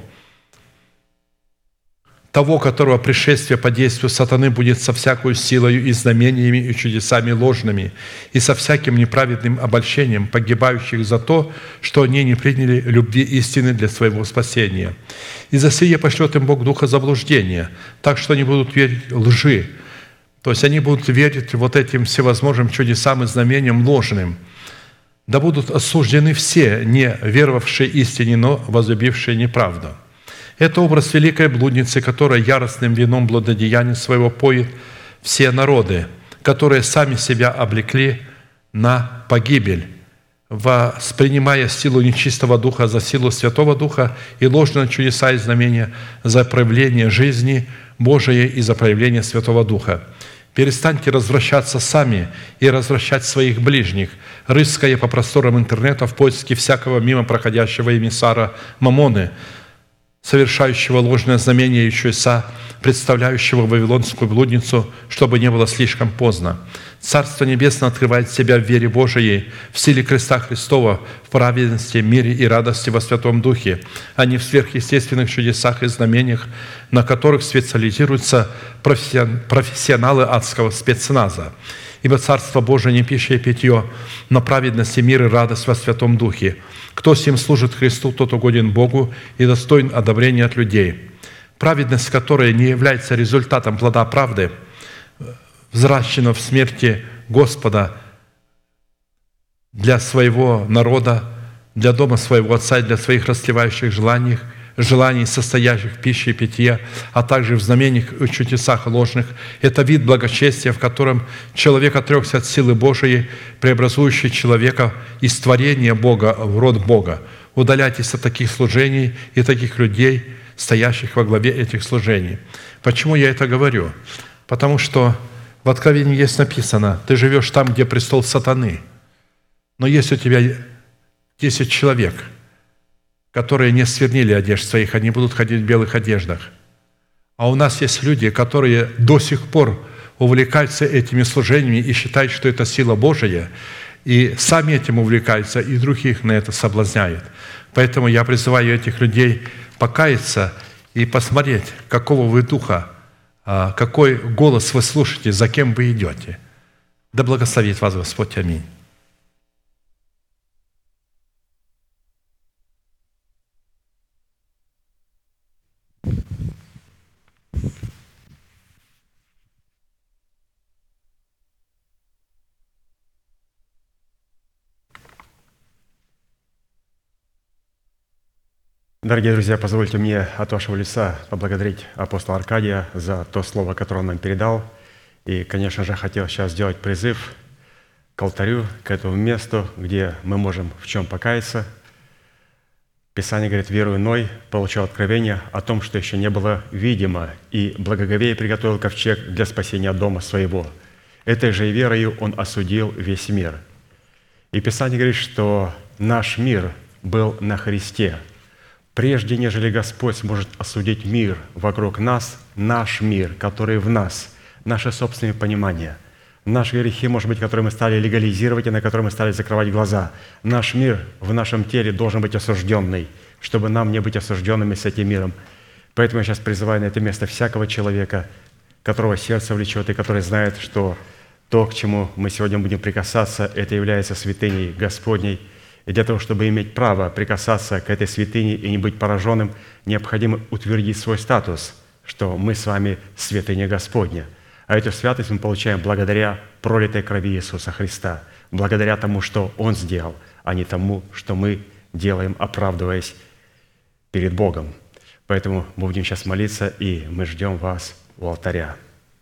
Того, которого пришествие по действию сатаны будет со всякою силою и знамениями и чудесами ложными, и со всяким неправедным обольщением погибающих за то, что они не приняли любви истины для своего спасения. И за сие пошлет им Бог духа заблуждения, так что они будут верить лжи. То есть они будут верить вот этим всевозможным чудесам и знамениям ложным. Да будут осуждены все, не веровавшие истине, но возлюбившие неправду. Это образ великой блудницы, которая яростным вином блудодеяния своего поет все народы, которые сами себя облекли на погибель, воспринимая силу нечистого духа за силу Святого Духа и ложные чудеса и знамения за проявление жизни Божией и за проявление Святого Духа. Перестаньте развращаться сами и развращать своих ближних, рыская по просторам интернета в поиске всякого мимо проходящего эмиссара Мамоны, совершающего ложное знамение и чудеса, представляющего вавилонскую блудницу, чтобы не было слишком поздно. Царство Небесное открывает себя в вере Божией, в силе креста Христова, в праведности, мире и радости во Святом Духе, а не в сверхъестественных чудесах и знамениях, на которых специализируются профессионалы адского спецназа. Ибо Царство Божие не пища и питье, но праведность и мир и радость во Святом Духе. Кто сим служит Христу, тот угоден Богу и достоин одобрения от людей. Праведность, которая не является результатом плода правды, взращена в смерти Господа для своего народа, для дома своего Отца и для своих растлевающих желаний, желаний, состоящих в пище и питье, а также в знамениях и чудесах ложных. Это вид благочестия, в котором человек отрекся от силы Божией, преобразующей человека из творения Бога в род Бога. Удаляйтесь от таких служений и таких людей, стоящих во главе этих служений. Почему я это говорю? Потому что в Откровении есть написано: ты живешь там, где престол сатаны, но есть у тебя десять человек, которые не свернили одежд своих, они будут ходить в белых одеждах. А у нас есть люди, которые до сих пор увлекаются этими служениями и считают, что это сила Божия, и сами этим увлекаются, и других на это соблазняют. Поэтому я призываю этих людей покаяться и посмотреть, какого вы духа, какой голос вы слушаете, за кем вы идете. Да благословит вас Господь. Аминь. Дорогие друзья, позвольте мне от вашего лица поблагодарить апостола Аркадия за то слово, которое он нам передал. И, конечно же, хотел сейчас сделать призыв к алтарю, к этому месту, где мы можем в чем покаяться. Писание говорит, верою Ной получил откровение о том, что еще не было видимо, и благоговея приготовил ковчег для спасения дома своего. Этой же верою он осудил весь мир. И Писание говорит, что наш мир был на Христе. Прежде, нежели Господь сможет осудить мир вокруг нас, наш мир, который в нас, наше собственное понимание, наши грехи, может быть, которые мы стали легализировать и на которые мы стали закрывать глаза, наш мир в нашем теле должен быть осужденный, чтобы нам не быть осужденными с этим миром. Поэтому я сейчас призываю на это место всякого человека, которого сердце влечет и который знает, что то, к чему мы сегодня будем прикасаться, это является святыней Господней. И для того, чтобы иметь право прикасаться к этой святыне и не быть пораженным, необходимо утвердить свой статус, что мы с вами святыня Господня. А эту святость мы получаем благодаря пролитой крови Иисуса Христа, благодаря тому, что Он сделал, а не тому, что мы делаем, оправдываясь перед Богом. Поэтому мы будем сейчас молиться, и мы ждем вас у алтаря.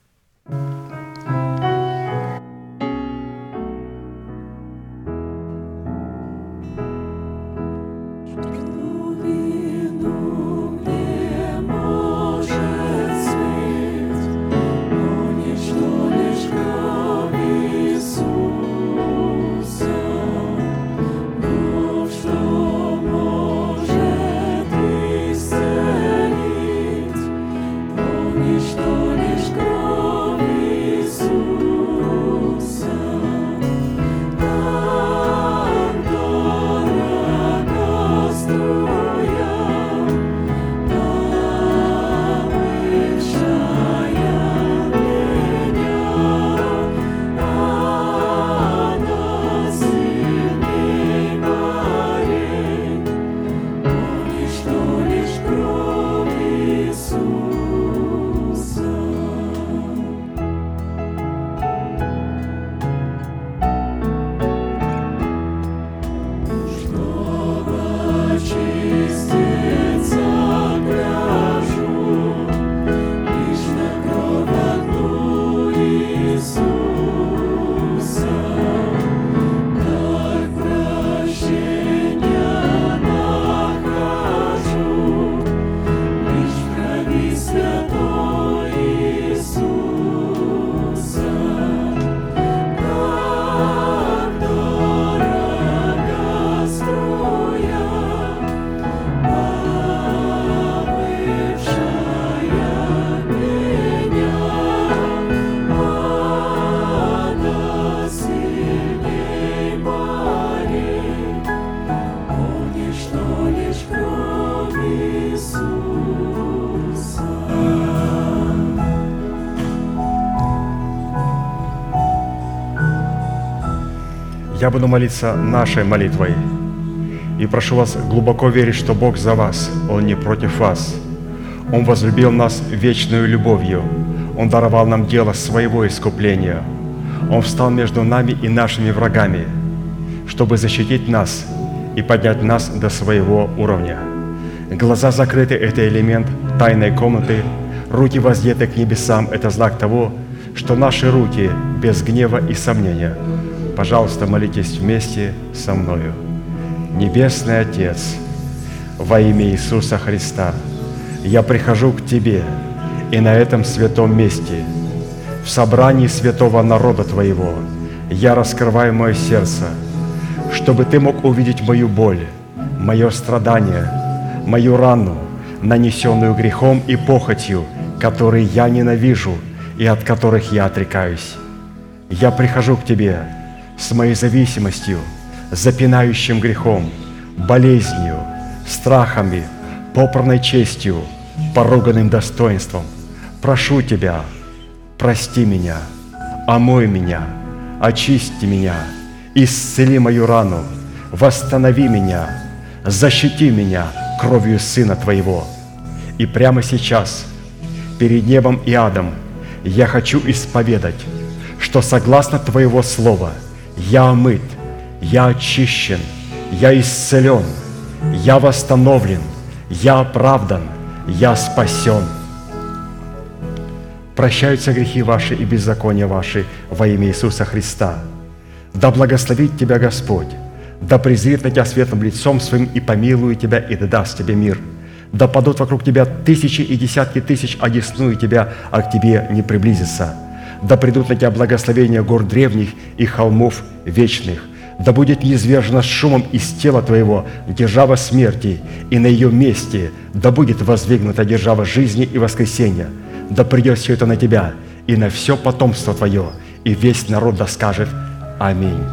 Я буду молиться нашей молитвой. И прошу вас глубоко верить, что Бог за вас, Он не против вас. Он возлюбил нас вечную любовью. Он даровал нам дело своего искупления. Он встал между нами и нашими врагами, чтобы защитить нас и поднять нас до своего уровня. Глаза закрыты – это элемент тайной комнаты. Руки воздеты к небесам – это знак того, что наши руки без гнева и сомнения. Пожалуйста, молитесь вместе со мною. Небесный Отец, во имя Иисуса Христа, я прихожу к Тебе и на этом святом месте, в собрании святого народа Твоего, я раскрываю мое сердце, чтобы Ты мог увидеть мою боль, мое страдание, мою рану, нанесенную грехом и похотью, которые я ненавижу и от которых я отрекаюсь. Я прихожу к Тебе с моей зависимостью, запинающим грехом, болезнью, страхами, попранной честью, поруганным достоинством. Прошу Тебя, прости меня, омой меня, очисти меня, исцели мою рану, восстанови меня, защити меня кровью Сына Твоего. И прямо сейчас, перед небом и адом, я хочу исповедать, что согласно Твоего Слова я омыт, я очищен, я исцелен, я восстановлен, я оправдан, я спасен. прощаются грехи ваши и беззакония ваши во имя Иисуса Христа. Да благословит тебя Господь, да презрит на тебя светлым лицом своим и помилует тебя, и да даст тебе мир. Да падут вокруг тебя тысячи и десятки тысяч, одесную тебя, а к тебе не приблизится. Да придут на тебя благословения гор древних и холмов вечных. Да будет низвержена с шумом из тела твоего держава смерти, и на ее месте да будет воздвигнута держава жизни и воскресения. Да придет все это на тебя и на все потомство твое, и весь народ да скажет Аминь.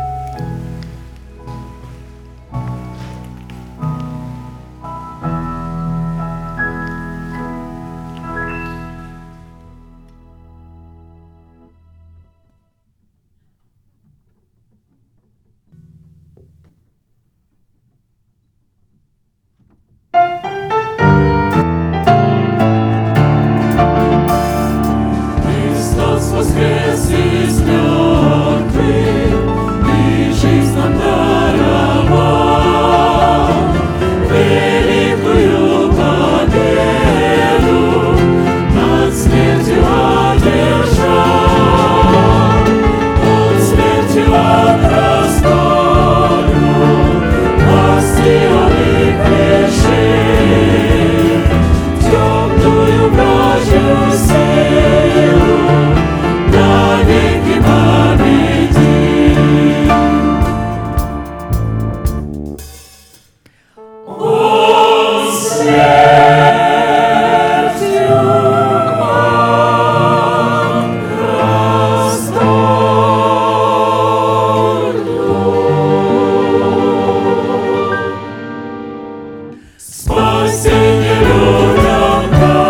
Христос воскрес из мертвых, и жизнь нам даровал. Великую победу над смертью одержал. Он смертью от расторгнул, властью их лишил. Темную вражью силу навеки победил. Он смертью расторгнул. Спасение людям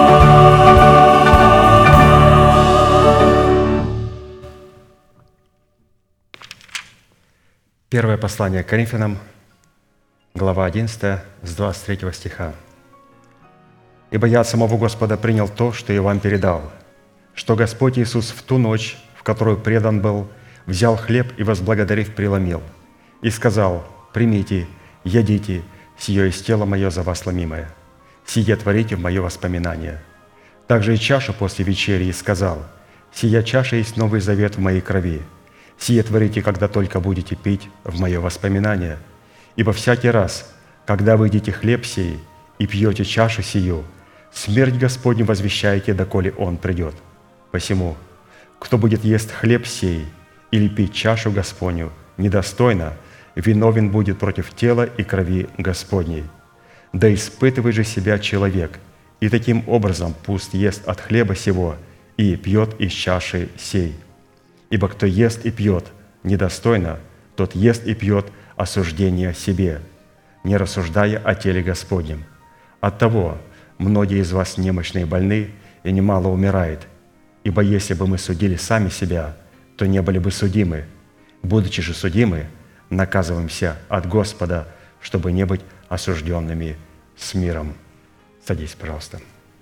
Первое послание к Коринфянам, глава одиннадцатая, с двадцать третьего стиха. «Ибо я от самого Господа принял то, что и вам передал, что Господь Иисус в ту ночь, в которую предан был, взял хлеб и, возблагодарив, преломил, и сказал: примите, едите, сие есть тело мое за вас ломимое. Сие творите в мое воспоминание. Также и чашу после вечери, и сказал: сия чаша есть новый завет в моей крови. Сие творите, когда только будете пить в мое воспоминание. Ибо всякий раз, когда вы едите хлеб сей и пьете чашу сию, смерть Господню возвещаете, доколе Он придет. Посему, кто будет есть хлеб сей или пить чашу Господню недостойно, виновен будет против тела и крови Господней. Да испытывай же себя человек, и таким образом пусть ест от хлеба сего и пьет из чаши сей. Ибо кто ест и пьет недостойно, тот ест и пьет осуждение себе, не рассуждая о теле Господнем. Оттого многие из вас немощны и больны, и немало умирает. Ибо если бы мы судили сами себя, то не были бы судимы. Будучи же судимы, наказываемся от Господа, чтобы не быть осужденными с миром». Садись, пожалуйста.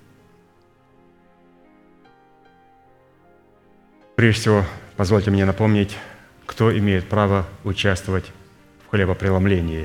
Прежде всего, позвольте мне напомнить, кто имеет право участвовать в хлебопреломлении.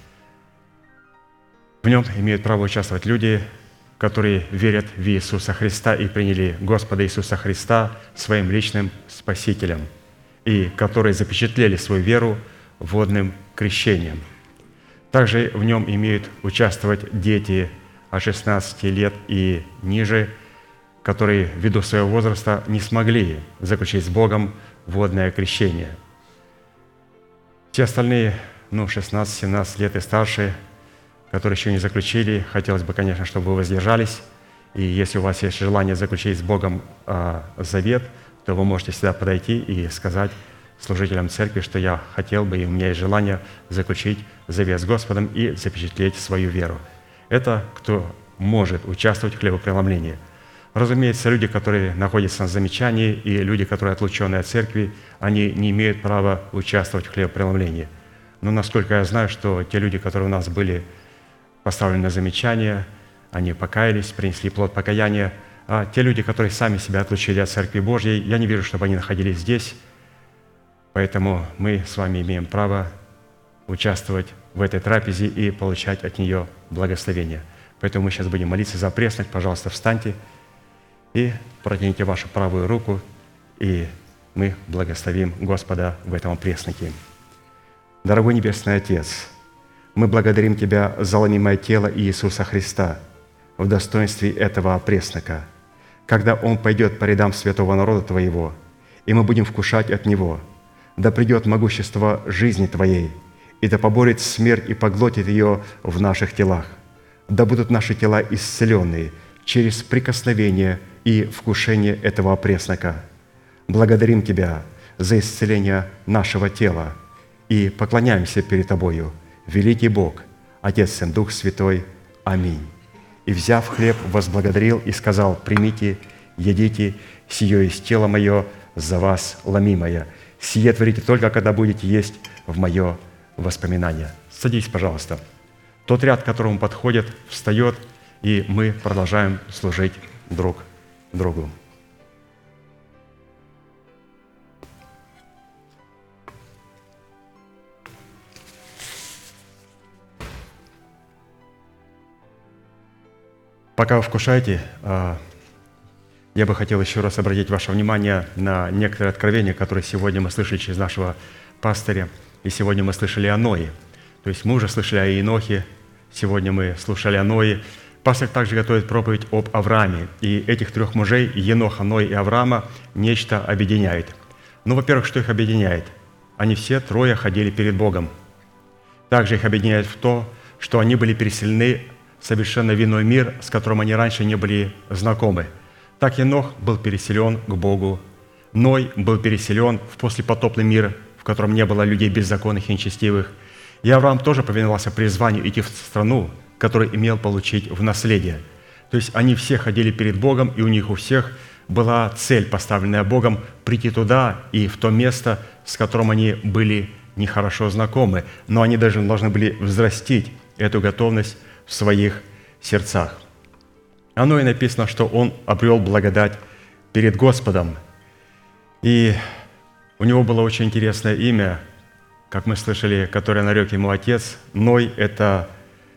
В нем имеют право участвовать люди, которые верят в Иисуса Христа и приняли Господа Иисуса Христа своим личным Спасителем, и которые запечатлели свою веру водным крещением. Также в нем имеют участвовать дети от шестнадцати лет и ниже, которые ввиду своего возраста не смогли заключить с Богом водное крещение. Все остальные, ну, шестнадцать-семнадцать лет и старше, которые еще не заключили, хотелось бы, конечно, чтобы вы воздержались. И если у вас есть желание заключить с Богом э, завет, то вы можете всегда подойти и сказать служителям церкви, что я хотел бы, и у меня есть желание заключить завет с Господом и запечатлеть свою веру. Это кто может участвовать в хлебопреломлении. Разумеется, люди, которые находятся на замечании, и люди, которые отлучены от церкви, они не имеют права участвовать в хлебопреломлении. Но насколько я знаю, что те люди, которые у нас были поставлены на замечание, они покаялись, принесли плод покаяния, а те люди, которые сами себя отлучили от Церкви Божьей, я не вижу, чтобы они находились здесь, поэтому мы с вами имеем право участвовать в этой трапезе и получать от нее благословение. Поэтому мы сейчас будем молиться за преснок. Пожалуйста, встаньте И протяните вашу правую руку, и мы благословим Господа в этом пресноке. Дорогой Небесный Отец, мы благодарим Тебя за ломимое тело Иисуса Христа в достоинстве этого преснока, когда Он пойдет по рядам святого народа Твоего, и мы будем вкушать от Него. Да придет могущество жизни Твоей, и да поборет смерть и поглотит ее в наших телах. Да будут наши тела исцеленные через прикосновение и вкушение этого преснока. Благодарим Тебя за исцеление нашего тела и поклоняемся перед Тобою, великий Бог, Отец, Сын, Дух Святой. Аминь. И, взяв хлеб, возблагодарил и сказал: «Примите, едите, сие есть тело Мое за вас ломимое. Сие творите только, когда будете есть в Мое воспоминание». Садись, пожалуйста. Тот ряд, к которому подходит, встает, и мы продолжаем служить друг другу. Пока вы вкушаете, я бы хотел еще раз обратить ваше внимание на некоторые откровения, которые сегодня мы слышали через нашего пастыря. И сегодня мы слышали о Ное. То есть мы уже слышали о Енохе, сегодня мы слушали о Ное. Пастор также готовит проповедь об Аврааме. И этих трех мужей, Еноха, Ноя и Авраама, нечто объединяет. Ну, во-первых, что их объединяет? Они все трое ходили перед Богом. Также их объединяет в то, что они были переселены в совершенно иной мир, с которым они раньше не были знакомы. Так Енох был переселен к Богу. Ной был переселен в послепотопный мир, в котором не было людей беззаконных и нечестивых. И Авраам тоже повиновался призванию идти в страну, которую имел получить в наследие. То есть они все ходили перед Богом, и у них у всех была цель, поставленная Богом, прийти туда и в то место, с которым они были нехорошо знакомы, но они даже должны были взрастить эту готовность в своих сердцах. Оно и написано, что он обрел благодать перед Господом. И у него было очень интересное имя, как мы слышали, которое нарек ему отец. Ной – это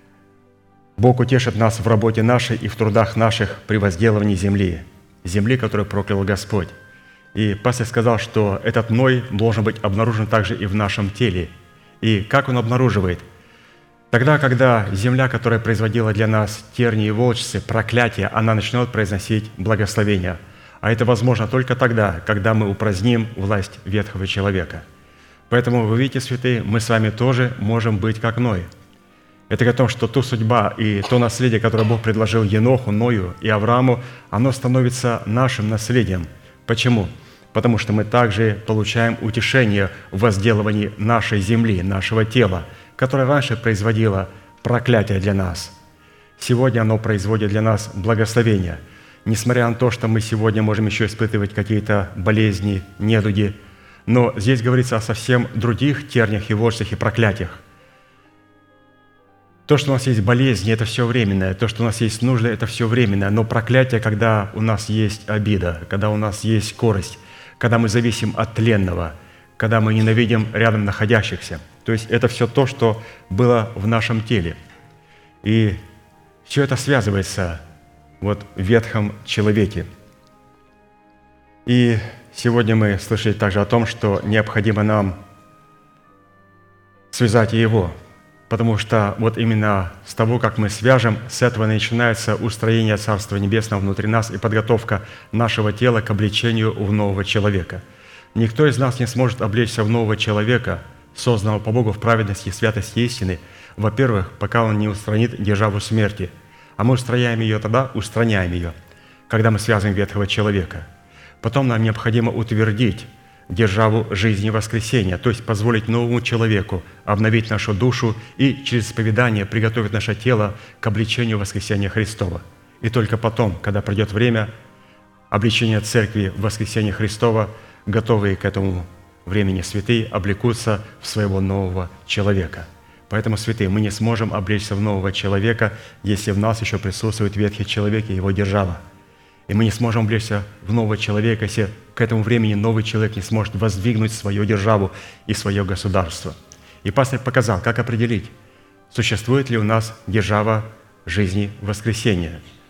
Бог утешит нас в работе нашей и в трудах наших при возделывании земли, земли, которую проклял Господь. И пастор сказал, что этот Ной должен быть обнаружен также и в нашем теле. И как он обнаруживает? Тогда, когда земля, которая производила для нас тернии и волчцы, проклятие, она начнет произносить благословение. А это возможно только тогда, когда мы упраздним власть ветхого человека. Поэтому, вы видите, святые, мы с вами тоже можем быть как Ной. Это о том, что ту судьба и то наследие, которое Бог предложил Еноху, Ною и Аврааму, оно становится нашим наследием. Почему? Потому что мы также получаем утешение в возделывании нашей земли, нашего тела, которое раньше производило проклятие для нас. Сегодня оно производит для нас благословение. Несмотря на то, что мы сегодня можем еще испытывать какие-то болезни, недуги, но здесь говорится о совсем других терниях и волчцах и проклятиях. То, что у нас есть болезни, это все временное. То, что у нас есть нужды, это все временное. Но проклятие, когда у нас есть обида, когда у нас есть скорость, когда мы зависим от тленного, когда мы ненавидим рядом находящихся. То есть это все то, что было в нашем теле. И все это связывается вот в ветхом человеке. И сегодня мы слышали также о том, что необходимо нам связать и его, потому что вот именно с того, как мы свяжем, с этого начинается устроение Царства Небесного внутри нас и подготовка нашего тела к облечению в нового человека. Никто из нас не сможет облечься в нового человека, созданного по Богу в праведности, святости и истины, во-первых, пока он не устранит державу смерти. А мы устраняем ее тогда, устраняем ее, когда мы связываем ветхого человека. Потом нам необходимо утвердить державу жизни и воскресения, то есть позволить новому человеку обновить нашу душу и через исповедание приготовить наше тело к обличению воскресения Христова. И только потом, когда придет время обличения Церкви в воскресение Христова, готовые к этому времени святые облекутся в своего нового человека. Поэтому, святые, мы не сможем облечься в нового человека, если в нас еще присутствует ветхий человек и его держава. И мы не сможем облечься в нового человека, если к этому времени новый человек не сможет воздвигнуть свою державу и свое государство. И пастор показал, как определить, существует ли у нас держава жизни воскресения.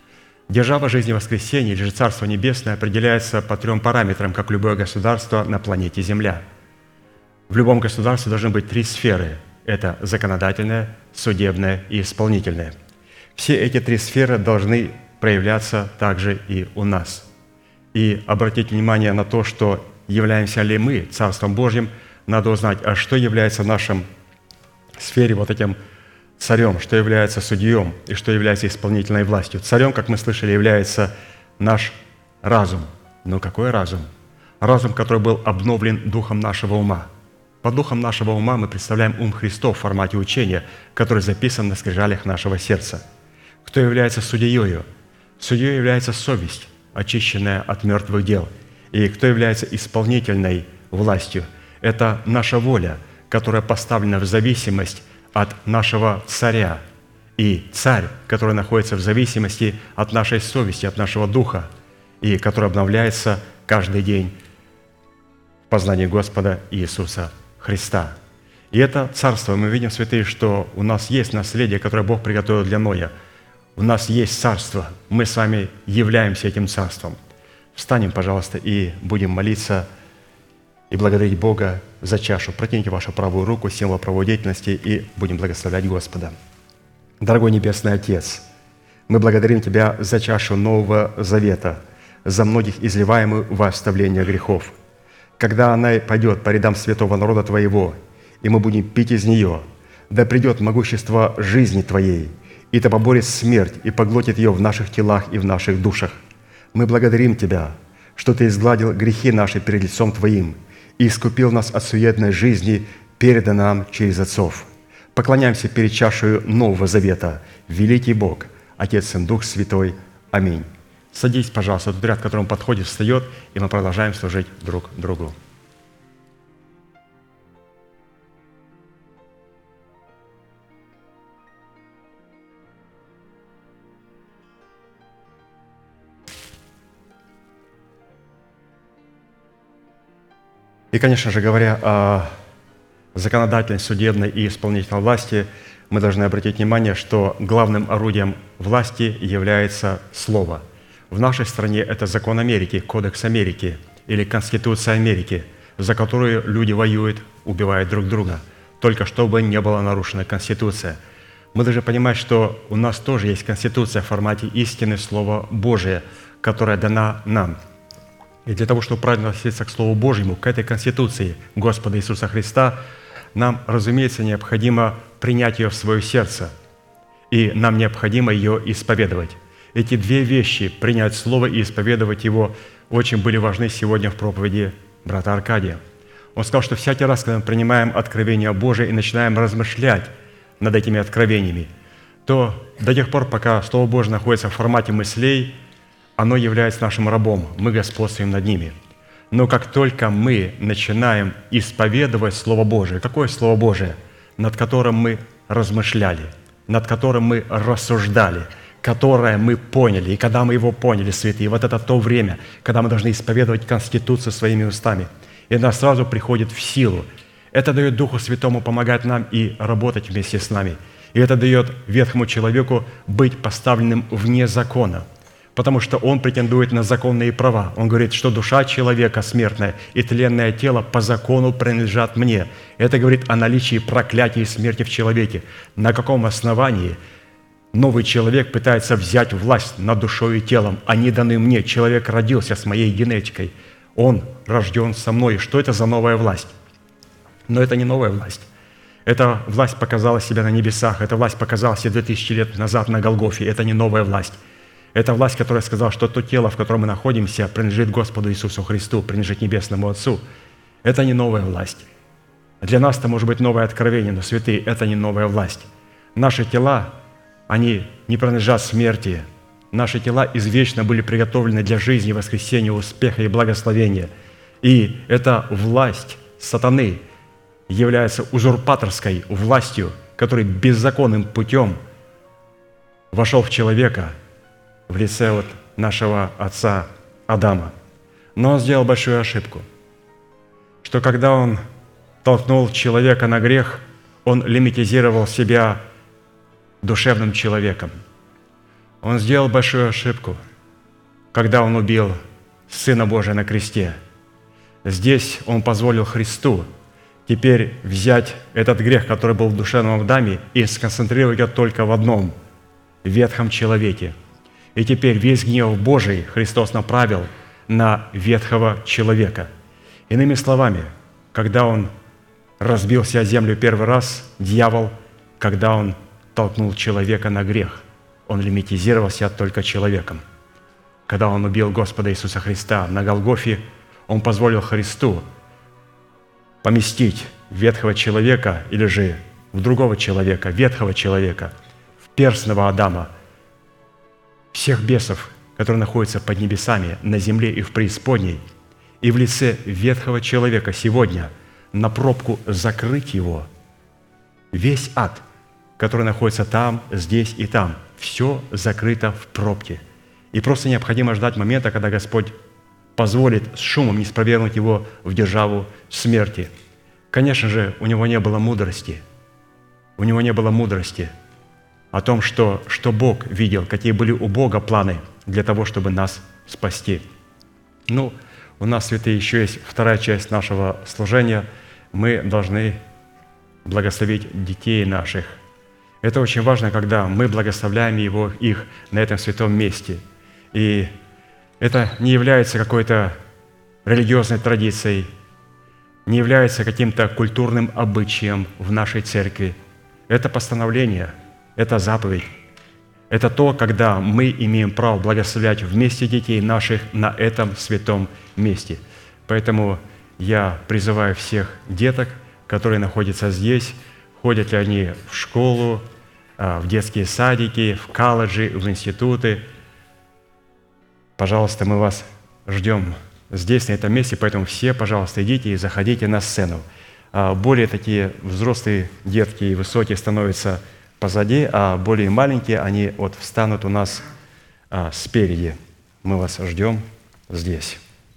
Держава жизни воскресения или же Царство Небесное определяется по трем параметрам, как любое государство на планете Земля. В любом государстве должны быть три сферы. Это законодательная, судебная и исполнительная. Все эти три сферы должны проявляться также и у нас. И обратить внимание на то, что являемся ли мы Царством Божьим, надо узнать, а что является в нашем сфере вот этим царем, что является судьем и что является исполнительной властью. Царем, как мы слышали, является наш разум. Но какой разум? Разум, который был обновлен духом нашего ума. По духом нашего ума мы представляем ум Христов в формате учения, который записан на скрижалях нашего сердца. Кто является судьею? Судьей является совесть, очищенная от мертвых дел. И кто является исполнительной властью? Это наша воля, которая поставлена в зависимость от нашего царя. И царь, который находится в зависимости от нашей совести, от нашего духа, и который обновляется каждый день в познании Господа Иисуса Христа. И это царство, мы видим, святые, что у нас есть наследие, которое Бог приготовил для Ноя. У нас есть царство, мы с вами являемся этим царством. Встанем, пожалуйста, и будем молиться и благодарить Бога за чашу. Протяните вашу правую руку, символ правовой деятельности, и будем благословлять Господа. Дорогой Небесный Отец, мы благодарим Тебя за чашу Нового Завета, за многих изливаемую во оставление грехов. Когда она пойдет по рядам святого народа Твоего, и мы будем пить из нее, да придет могущество жизни Твоей, и Ты поборет смерть и поглотит ее в наших телах и в наших душах. Мы благодарим Тебя, что Ты изгладил грехи наши перед лицом Твоим и искупил нас от суетной жизни, переданной нам через отцов. Поклоняемся перед чашею Нового Завета, великий Бог, Отец, Сын, Дух Святой. Аминь. Садись, пожалуйста, тот ряд, к которому подходит, встает, и мы продолжаем служить друг другу. И, конечно же, говоря о законодательной, судебной и исполнительной власти, мы должны обратить внимание, что главным орудием власти является Слово. В нашей стране это закон Америки, Кодекс Америки или Конституция Америки, за которую люди воюют, убивают друг друга, только чтобы не была нарушена Конституция. Мы должны понимать, что у нас тоже есть Конституция в формате истины, Слова Божие, которая дана нам. И для того, чтобы правильно относиться к Слову Божьему, к этой Конституции Господа Иисуса Христа, нам, разумеется, необходимо принять ее в свое сердце, и нам необходимо ее исповедовать. Эти две вещи, принять Слово и исповедовать его, очень были важны сегодня в проповеди брата Аркадия. Он сказал, что всякий раз, когда мы принимаем откровение Божие и начинаем размышлять над этими откровениями, то до тех пор, пока Слово Божие находится в формате мыслей, оно является нашим рабом, мы господствуем над ними. Но как только мы начинаем исповедовать Слово Божие, какое Слово Божие? Над которым мы размышляли, над которым мы рассуждали, которое мы поняли. И когда мы его поняли, святые, вот это то время, когда мы должны исповедовать Конституцию своими устами. И она сразу приходит в силу. Это дает Духу Святому помогать нам и работать вместе с нами. И это дает ветхому человеку быть поставленным вне закона, потому что он претендует на законные права. Он говорит, что душа человека смертная и тленное тело по закону принадлежат мне. Это говорит о наличии проклятия и смерти в человеке. На каком основании новый человек пытается взять власть над душой и телом? Они даны мне. Человек родился с моей генетикой. Он рожден со мной. Что это за новая власть? Но это не новая власть. Эта власть показала себя на небесах. Эта власть показала себя две тысячи лет назад на Голгофе. Это не новая власть. Это власть, которая сказала, что то тело, в котором мы находимся, принадлежит Господу Иисусу Христу, принадлежит Небесному Отцу. Это не новая власть. Для нас это может быть новое откровение, но, святые, это не новая власть. Наши тела, они не принадлежат смерти. Наши тела извечно были приготовлены для жизни, воскресения, успеха и благословения. И эта власть сатаны является узурпаторской властью, который беззаконным путем вошел в человека в лице вот нашего отца Адама. Но он сделал большую ошибку, что когда он толкнул человека на грех, он лимитизировал себя душевным человеком. Он сделал большую ошибку, когда Он убил Сына Божия на кресте. Здесь Он позволил Христу теперь взять этот грех, который был в душевном Адаме, и сконцентрировать его только в одном – ветхом человеке. И теперь весь гнев Божий Христос направил на ветхого человека. Иными словами, когда Он разбился о землю первый раз, дьявол, когда он толкнул человека на грех, он лимитизировал себя только человеком. Когда он убил Господа Иисуса Христа на Голгофе, он позволил Христу поместить ветхого человека или же в другого человека, ветхого человека, в перстного Адама, всех бесов, которые находятся под небесами, на земле и в преисподней, и в лице ветхого человека сегодня на пробку закрыть его, весь ад, который находится там, здесь и там, все закрыто в пробке. И просто необходимо ждать момента, когда Господь позволит с шумом не спровергнуть его в державу смерти. Конечно же, у него не было мудрости. У него не было мудрости о том, что, что Бог видел, какие были у Бога планы для того, чтобы нас спасти. Ну, у нас, святые, еще есть вторая часть нашего служения. Мы должны благословить детей наших. Это очень важно, когда мы благословляем его, их на этом святом месте. И это не является какой-то религиозной традицией, не является каким-то культурным обычаем в нашей церкви. Это постановление, это заповедь. Это то, когда мы имеем право благословлять вместе детей наших на этом святом месте. Поэтому я призываю всех деток, которые находятся здесь, ходят ли они в школу, в детские садики, в колледжи, в институты. Пожалуйста, мы вас ждем здесь, на этом месте, поэтому все, пожалуйста, идите и заходите на сцену. Более такие взрослые детки и высокие становятся позади, а более маленькие, они вот встанут у нас а, спереди. Мы вас ждем здесь.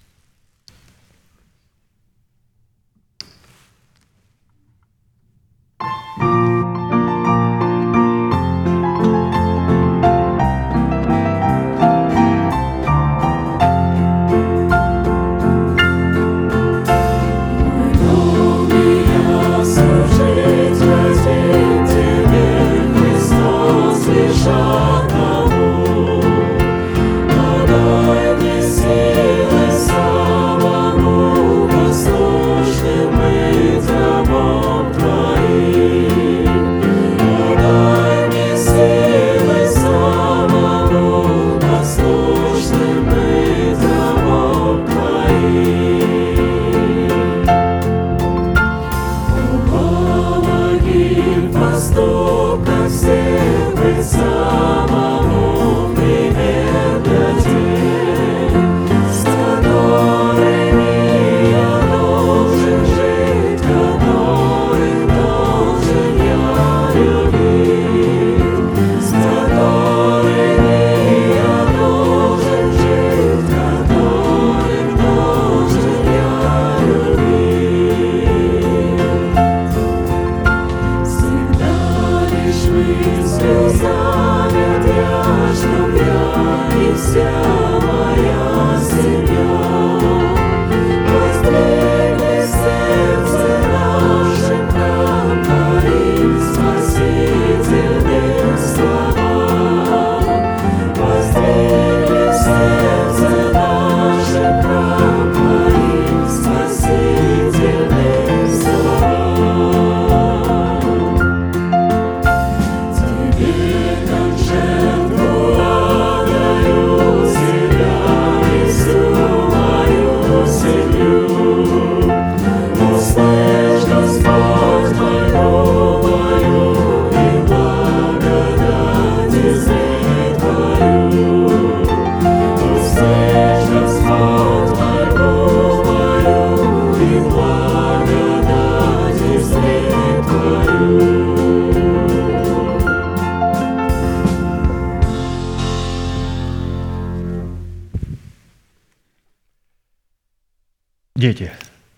Дети.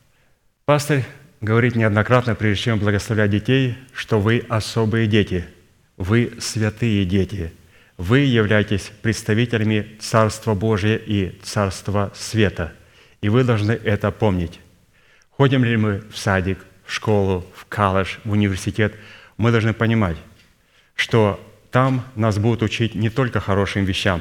Пастырь говорит неоднократно, прежде чем благословлять детей, что вы особые дети, вы святые дети. вы являетесь представителями Царства Божия и Царства Света, и вы должны это помнить. Ходим ли мы в садик, в школу, в колледж, в университет, мы должны понимать, что там нас будут учить не только хорошим вещам,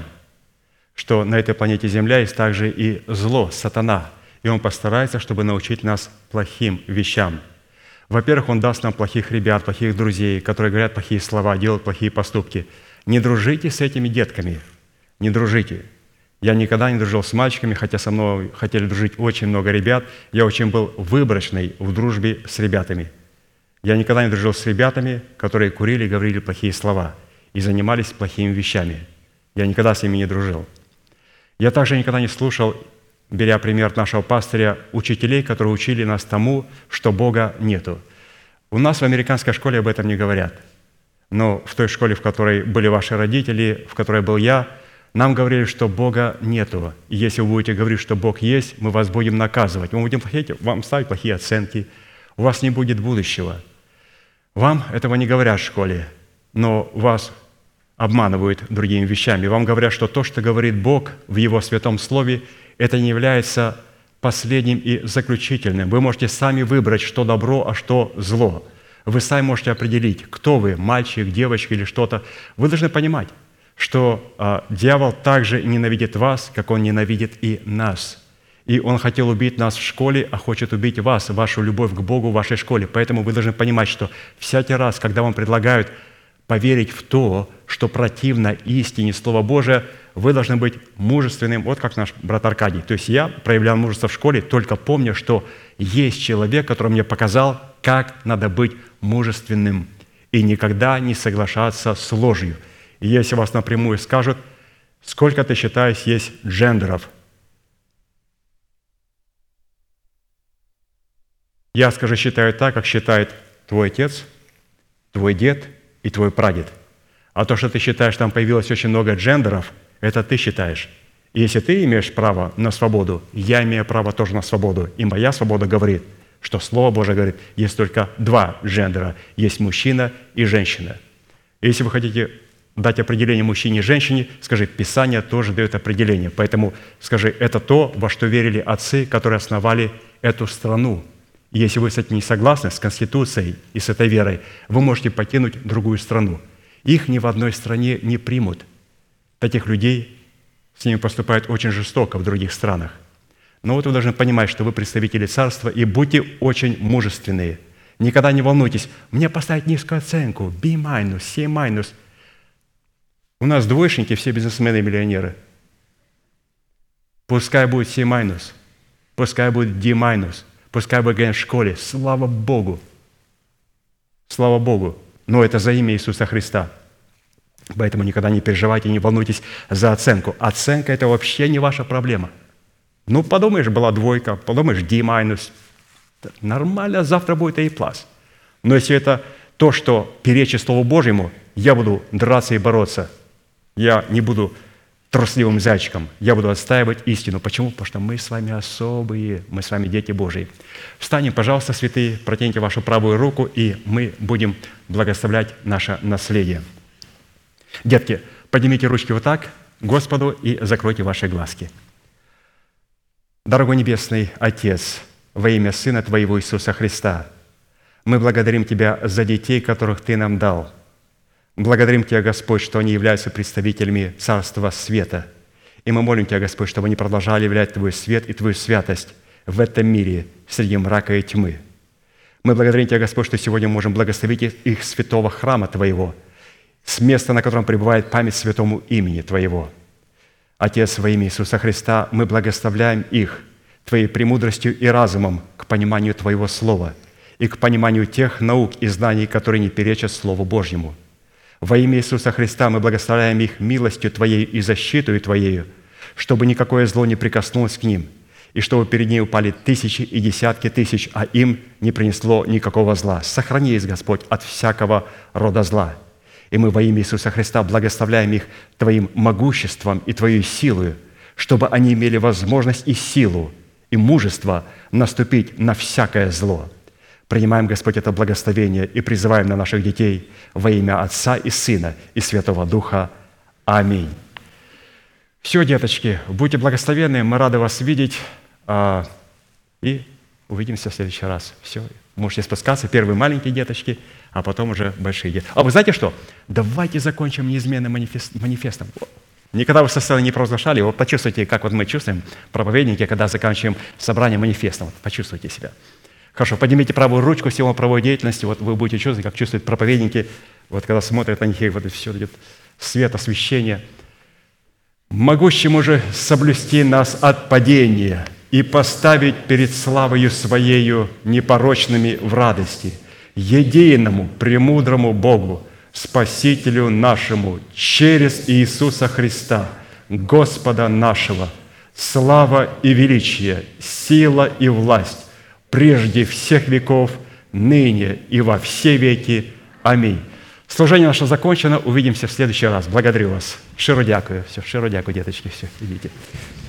что на этой планете Земля есть также и зло, сатана, и он постарается, чтобы научить нас плохим вещам. Во-первых, он даст нам плохих ребят, плохих друзей, которые говорят плохие слова, делают плохие поступки. Не дружите с этими детками, не дружите. Я никогда не дружил с мальчиками, хотя со мной хотели дружить очень много ребят. Я очень был выборочный в дружбе с ребятами. Я никогда не дружил с ребятами, которые курили и говорили плохие слова и занимались плохими вещами. Я никогда с ними не дружил. Я также никогда не слушал, беря пример нашего пастыря, учителей, которые учили нас тому, что Бога нету. У нас в американской школе об этом не говорят. Но в той школе, в которой были ваши родители, в которой был я, нам говорили, что Бога нету. И если вы будете говорить, что Бог есть, мы вас будем наказывать. Мы будем плохие, вам ставить плохие оценки. У вас не будет будущего. Вам этого не говорят в школе, но вас обманывают другими вещами. Вам говорят, что то, что говорит Бог в Его Святом Слове, это не является последним и заключительным. Вы можете сами выбрать, что добро, а что зло. Вы сами можете определить, кто вы, мальчик, девочка или что-то. Вы должны понимать, что а, дьявол также ненавидит вас, как он ненавидит и нас. И он хотел убить нас в школе, а хочет убить вас, вашу любовь к Богу в вашей школе. Поэтому вы должны понимать, что всякий раз, когда вам предлагают поверить в то, что противно истине Слова Божия, вы должны быть мужественным, вот как наш брат Аркадий. То есть я проявлял мужество в школе, только помня, что есть человек, который мне показал, как надо быть мужественным и никогда не соглашаться с ложью. И если вас напрямую скажут, сколько ты считаешь есть джендеров, я скажу, считаю так, как считает твой отец, твой дед и твой прадед. А то, что ты считаешь, там появилось очень много джендеров, это ты считаешь. И если ты имеешь право на свободу, я имею право тоже на свободу. И моя свобода говорит, что Слово Божие говорит, есть только два джендера, есть мужчина и женщина. И если вы хотите дать определение мужчине и женщине, скажи, Писание тоже дает определение. Поэтому скажи, это то, во что верили отцы, которые основали эту страну. И если вы с этим не согласны, с Конституцией и с этой верой, вы можете покинуть другую страну. Их ни в одной стране не примут. Таких людей с ними поступают очень жестоко в других странах. Но вот вы должны понимать, что вы представители царства, и будьте очень мужественные. Никогда не волнуйтесь, мне поставить низкую оценку, B-, C-. У нас двоечники, все бизнесмены и миллионеры. Пускай будет C-, пускай будет D-, пускай будет в школе. Слава Богу! Слава Богу! Но это за имя Иисуса Христа. Поэтому никогда не переживайте, не волнуйтесь за оценку. Оценка – это вообще не ваша проблема. Ну, подумаешь, была двойка, подумаешь, D-. Нормально, завтра будет A+. Но если это то, что перечит Слову Божьему, я буду драться и бороться. Я не буду трусливым зайчиком. Я буду отстаивать истину. Почему? Потому что мы с вами особые, мы с вами дети Божьи. Встанем, пожалуйста, святые, протяните вашу правую руку, и мы будем благословлять наше наследие. Детки, поднимите ручки вот так к Господу и закройте ваши глазки. Дорогой Небесный Отец, во имя Сына Твоего Иисуса Христа, мы благодарим Тебя за детей, которых Ты нам дал. Благодарим Тебя, Господь, что они являются представителями Царства Света. И мы молим Тебя, Господь, чтобы они продолжали являть Твой свет и Твою святость в этом мире, среди мрака и тьмы. Мы благодарим Тебя, Господь, что сегодня можем благословить их святого храма Твоего, с места, на котором пребывает память святому имени Твоего. Отец, во имя Иисуса Христа, мы благословляем их Твоей премудростью и разумом к пониманию Твоего Слова и к пониманию тех наук и знаний, которые не перечат Слову Божьему. Во имя Иисуса Христа мы благословляем их милостью Твоей и защитой Твоею, чтобы никакое зло не прикоснулось к ним, и чтобы перед ней упали тысячи и десятки тысяч, а им не принесло никакого зла. Сохрани их, Господь, от всякого рода зла. И мы во имя Иисуса Христа благословляем их Твоим могуществом и Твоей силой, чтобы они имели возможность и силу, и мужество наступить на всякое зло. Принимаем, Господь, это благословение и призываем на наших детей во имя Отца и Сына и Святого Духа. Аминь. Все, деточки, будьте благословенны, мы рады вас видеть. а, И увидимся в следующий раз. Все, можете спускаться. Первые маленькие деточки, а потом уже большие детки. А вы знаете что? Давайте закончим неизменным манифест- манифестом. Никогда вы со сцены не провозглашали, вот почувствуйте, как вот мы чувствуем, проповедники, когда заканчиваем собрание манифестом. Вот почувствуйте себя. Хорошо, поднимите правую ручку всего правовой деятельности, вот вы будете чувствовать, как чувствуют проповедники, вот когда смотрят на них, и вот это все идет свет, освещение. «Могущему же соблюсти нас от падения и поставить перед славою Своею непорочными в радости, единому, премудрому Богу, Спасителю нашему, через Иисуса Христа, Господа нашего, слава и величие, сила и власть, прежде всех веков, ныне и во все веки. Аминь». Служение наше закончено. Увидимся в следующий раз. Благодарю вас. Широ дякую. Все, широ дякую, деточки. Все, идите.